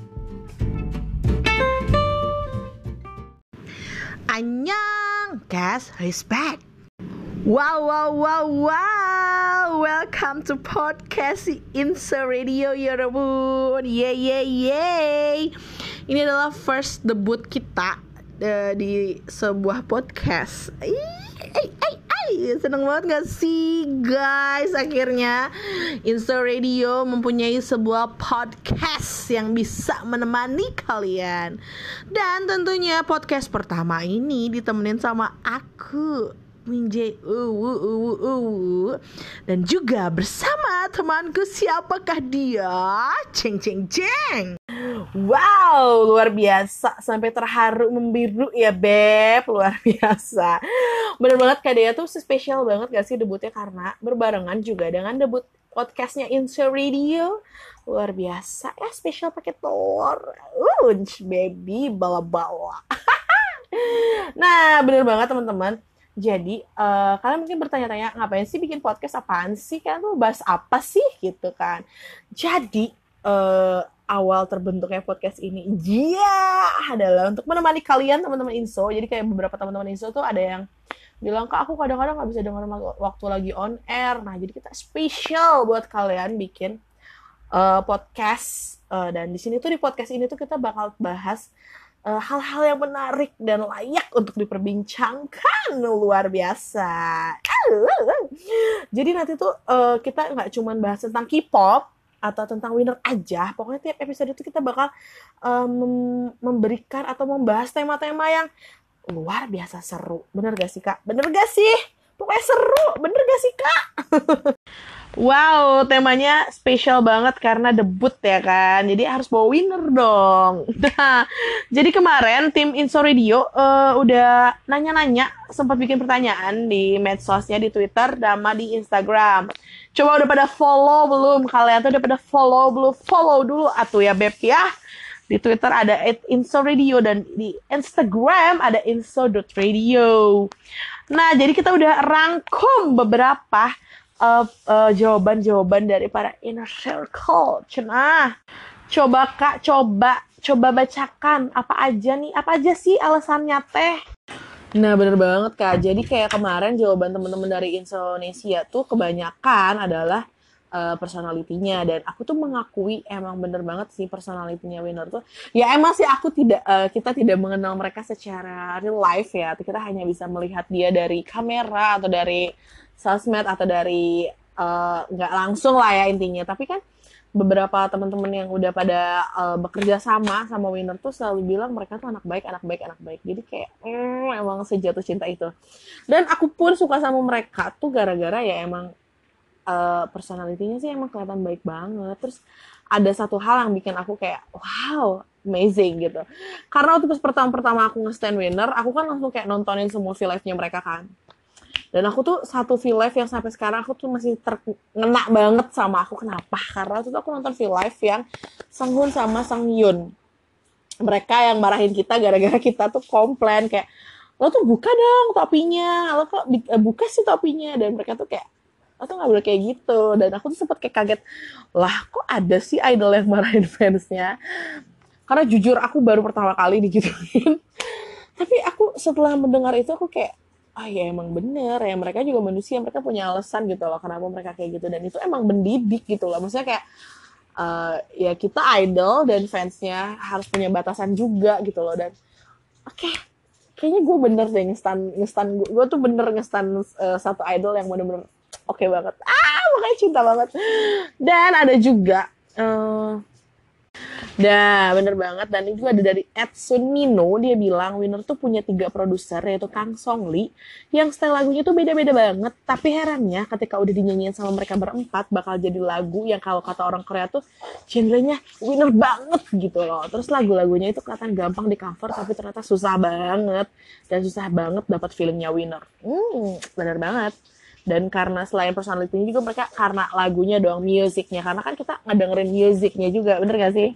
Annyeong. Guys, respect. Wow. Welcome to podcast Inso Radio 여러분. Yay. Ini adalah first debut kita di sebuah podcast. Seneng banget gak sih guys? Akhirnya Inso Radio mempunyai sebuah podcast yang bisa menemani kalian. Dan tentunya podcast pertama ini ditemenin sama aku Minje dan juga bersama temanku. Siapakah dia? Ceng. Wow, luar biasa, sampai terharu membiru ya Beb, luar biasa. Bener banget, Kak Dea tuh spesial banget gak sih debutnya, karena berbarengan juga dengan debut podcastnya Inso Radio. Luar biasa ya, spesial pakai telur. Baby bala-bala. Nah, bener banget teman-teman. Jadi kalian mungkin bertanya-tanya, ngapain sih bikin podcast, apaan sih, kan lu bahas apa sih gitu kan. Jadi awal terbentuknya podcast ini adalah untuk menemani kalian teman-teman Inso. Jadi kayak beberapa teman-teman Inso tuh ada yang bilang, Kak aku kadang-kadang gak bisa denger waktu lagi on air. Nah jadi kita spesial buat kalian bikin podcast, dan di sini tuh, di podcast ini tuh kita bakal bahas hal-hal yang menarik dan layak untuk diperbincangkan. Luar biasa. Jadi nanti tuh kita nggak cuma bahas tentang K-pop atau tentang winner aja. Pokoknya tiap episode itu kita bakal memberikan atau membahas tema-tema yang luar biasa seru. Bener gak sih Kak? Bener gak sih? Pokoknya seru. Bener gak sih Kak? Wow, temanya spesial banget karena debut ya kan. Jadi harus bawa winner dong. Nah, jadi kemarin tim Inso Radio udah nanya-nanya, sempat bikin pertanyaan di medsosnya, di Twitter sama di Instagram. Coba udah pada follow belum? Kalian tuh udah pada follow belum? Follow dulu atuh ya Beb ya. Di Twitter ada @insoradio dan di Instagram ada inso.radio. Nah, jadi kita udah rangkum beberapa jawaban-jawaban dari para inner circle. Cenah. Coba Kak, coba bacakan apa aja sih alasannya teh? Nah, bener banget Kak. Jadi kayak kemarin jawaban teman-teman dari Indonesia tuh kebanyakan adalah personalitinya, dan aku tuh mengakui emang bener banget sih personalitinya Winner tuh. Ya emang sih kita tidak mengenal mereka secara real life ya. Kita hanya bisa melihat dia dari kamera atau dari sosmed atau dari nggak langsung lah ya intinya. Tapi kan beberapa teman-teman yang udah pada bekerja sama Winner tuh selalu bilang mereka tuh anak baik. Jadi kayak emang sejatuh cinta itu. Dan aku pun suka sama mereka tuh gara-gara ya emang personalitinya sih emang kelihatan baik banget. Terus ada satu hal yang bikin aku kayak wow, amazing gitu. Karena waktu pas pertama aku nge-stand Winner, aku kan langsung kayak nontonin semua V-Live-nya mereka kan. Dan aku tuh satu V-Live yang sampai sekarang aku tuh masih terkena banget sama aku. Kenapa? Karena waktu itu aku nonton V-Live yang Sanghun sama Sangyun. Mereka yang marahin kita gara-gara kita tuh komplain kayak, lo tuh buka dong topinya, lo kok buka sih topinya. Dan mereka tuh kayak, lo tuh gak boleh kayak gitu. Dan aku tuh sempet kayak kaget, lah kok ada sih idol yang marahin fansnya. Karena jujur aku baru pertama kali digituin. Tapi aku setelah mendengar itu aku kayak, ya emang bener ya, mereka juga manusia, mereka punya alasan gitu loh kenapa mereka kayak gitu. Dan itu emang mendidik gitu loh. Maksudnya kayak ya kita idol dan fansnya harus punya batasan juga gitu loh. Dan kayaknya gue bener deh ngestan gue tuh bener ngestan satu idol yang bener-bener oke banget. Makanya cinta banget. Dan ada juga bener banget. Dan itu ada dari Edsun Mino, dia bilang Winner tuh punya 3 produser, yaitu Kang Song Lee, yang style lagunya tuh beda-beda banget. Tapi herannya ketika udah dinyanyiin sama mereka berempat, bakal jadi lagu yang kalau kata orang Korea tuh genrenya Winner banget gitu loh. Terus lagu-lagunya itu kelihatan gampang di cover, tapi ternyata susah banget. Dan susah banget dapat feelingnya Winner. Bener banget. Dan karena selain personality-nya juga mereka karena lagunya doang, musiknya. Karena kan kita ngedengerin musiknya juga, bener gak sih?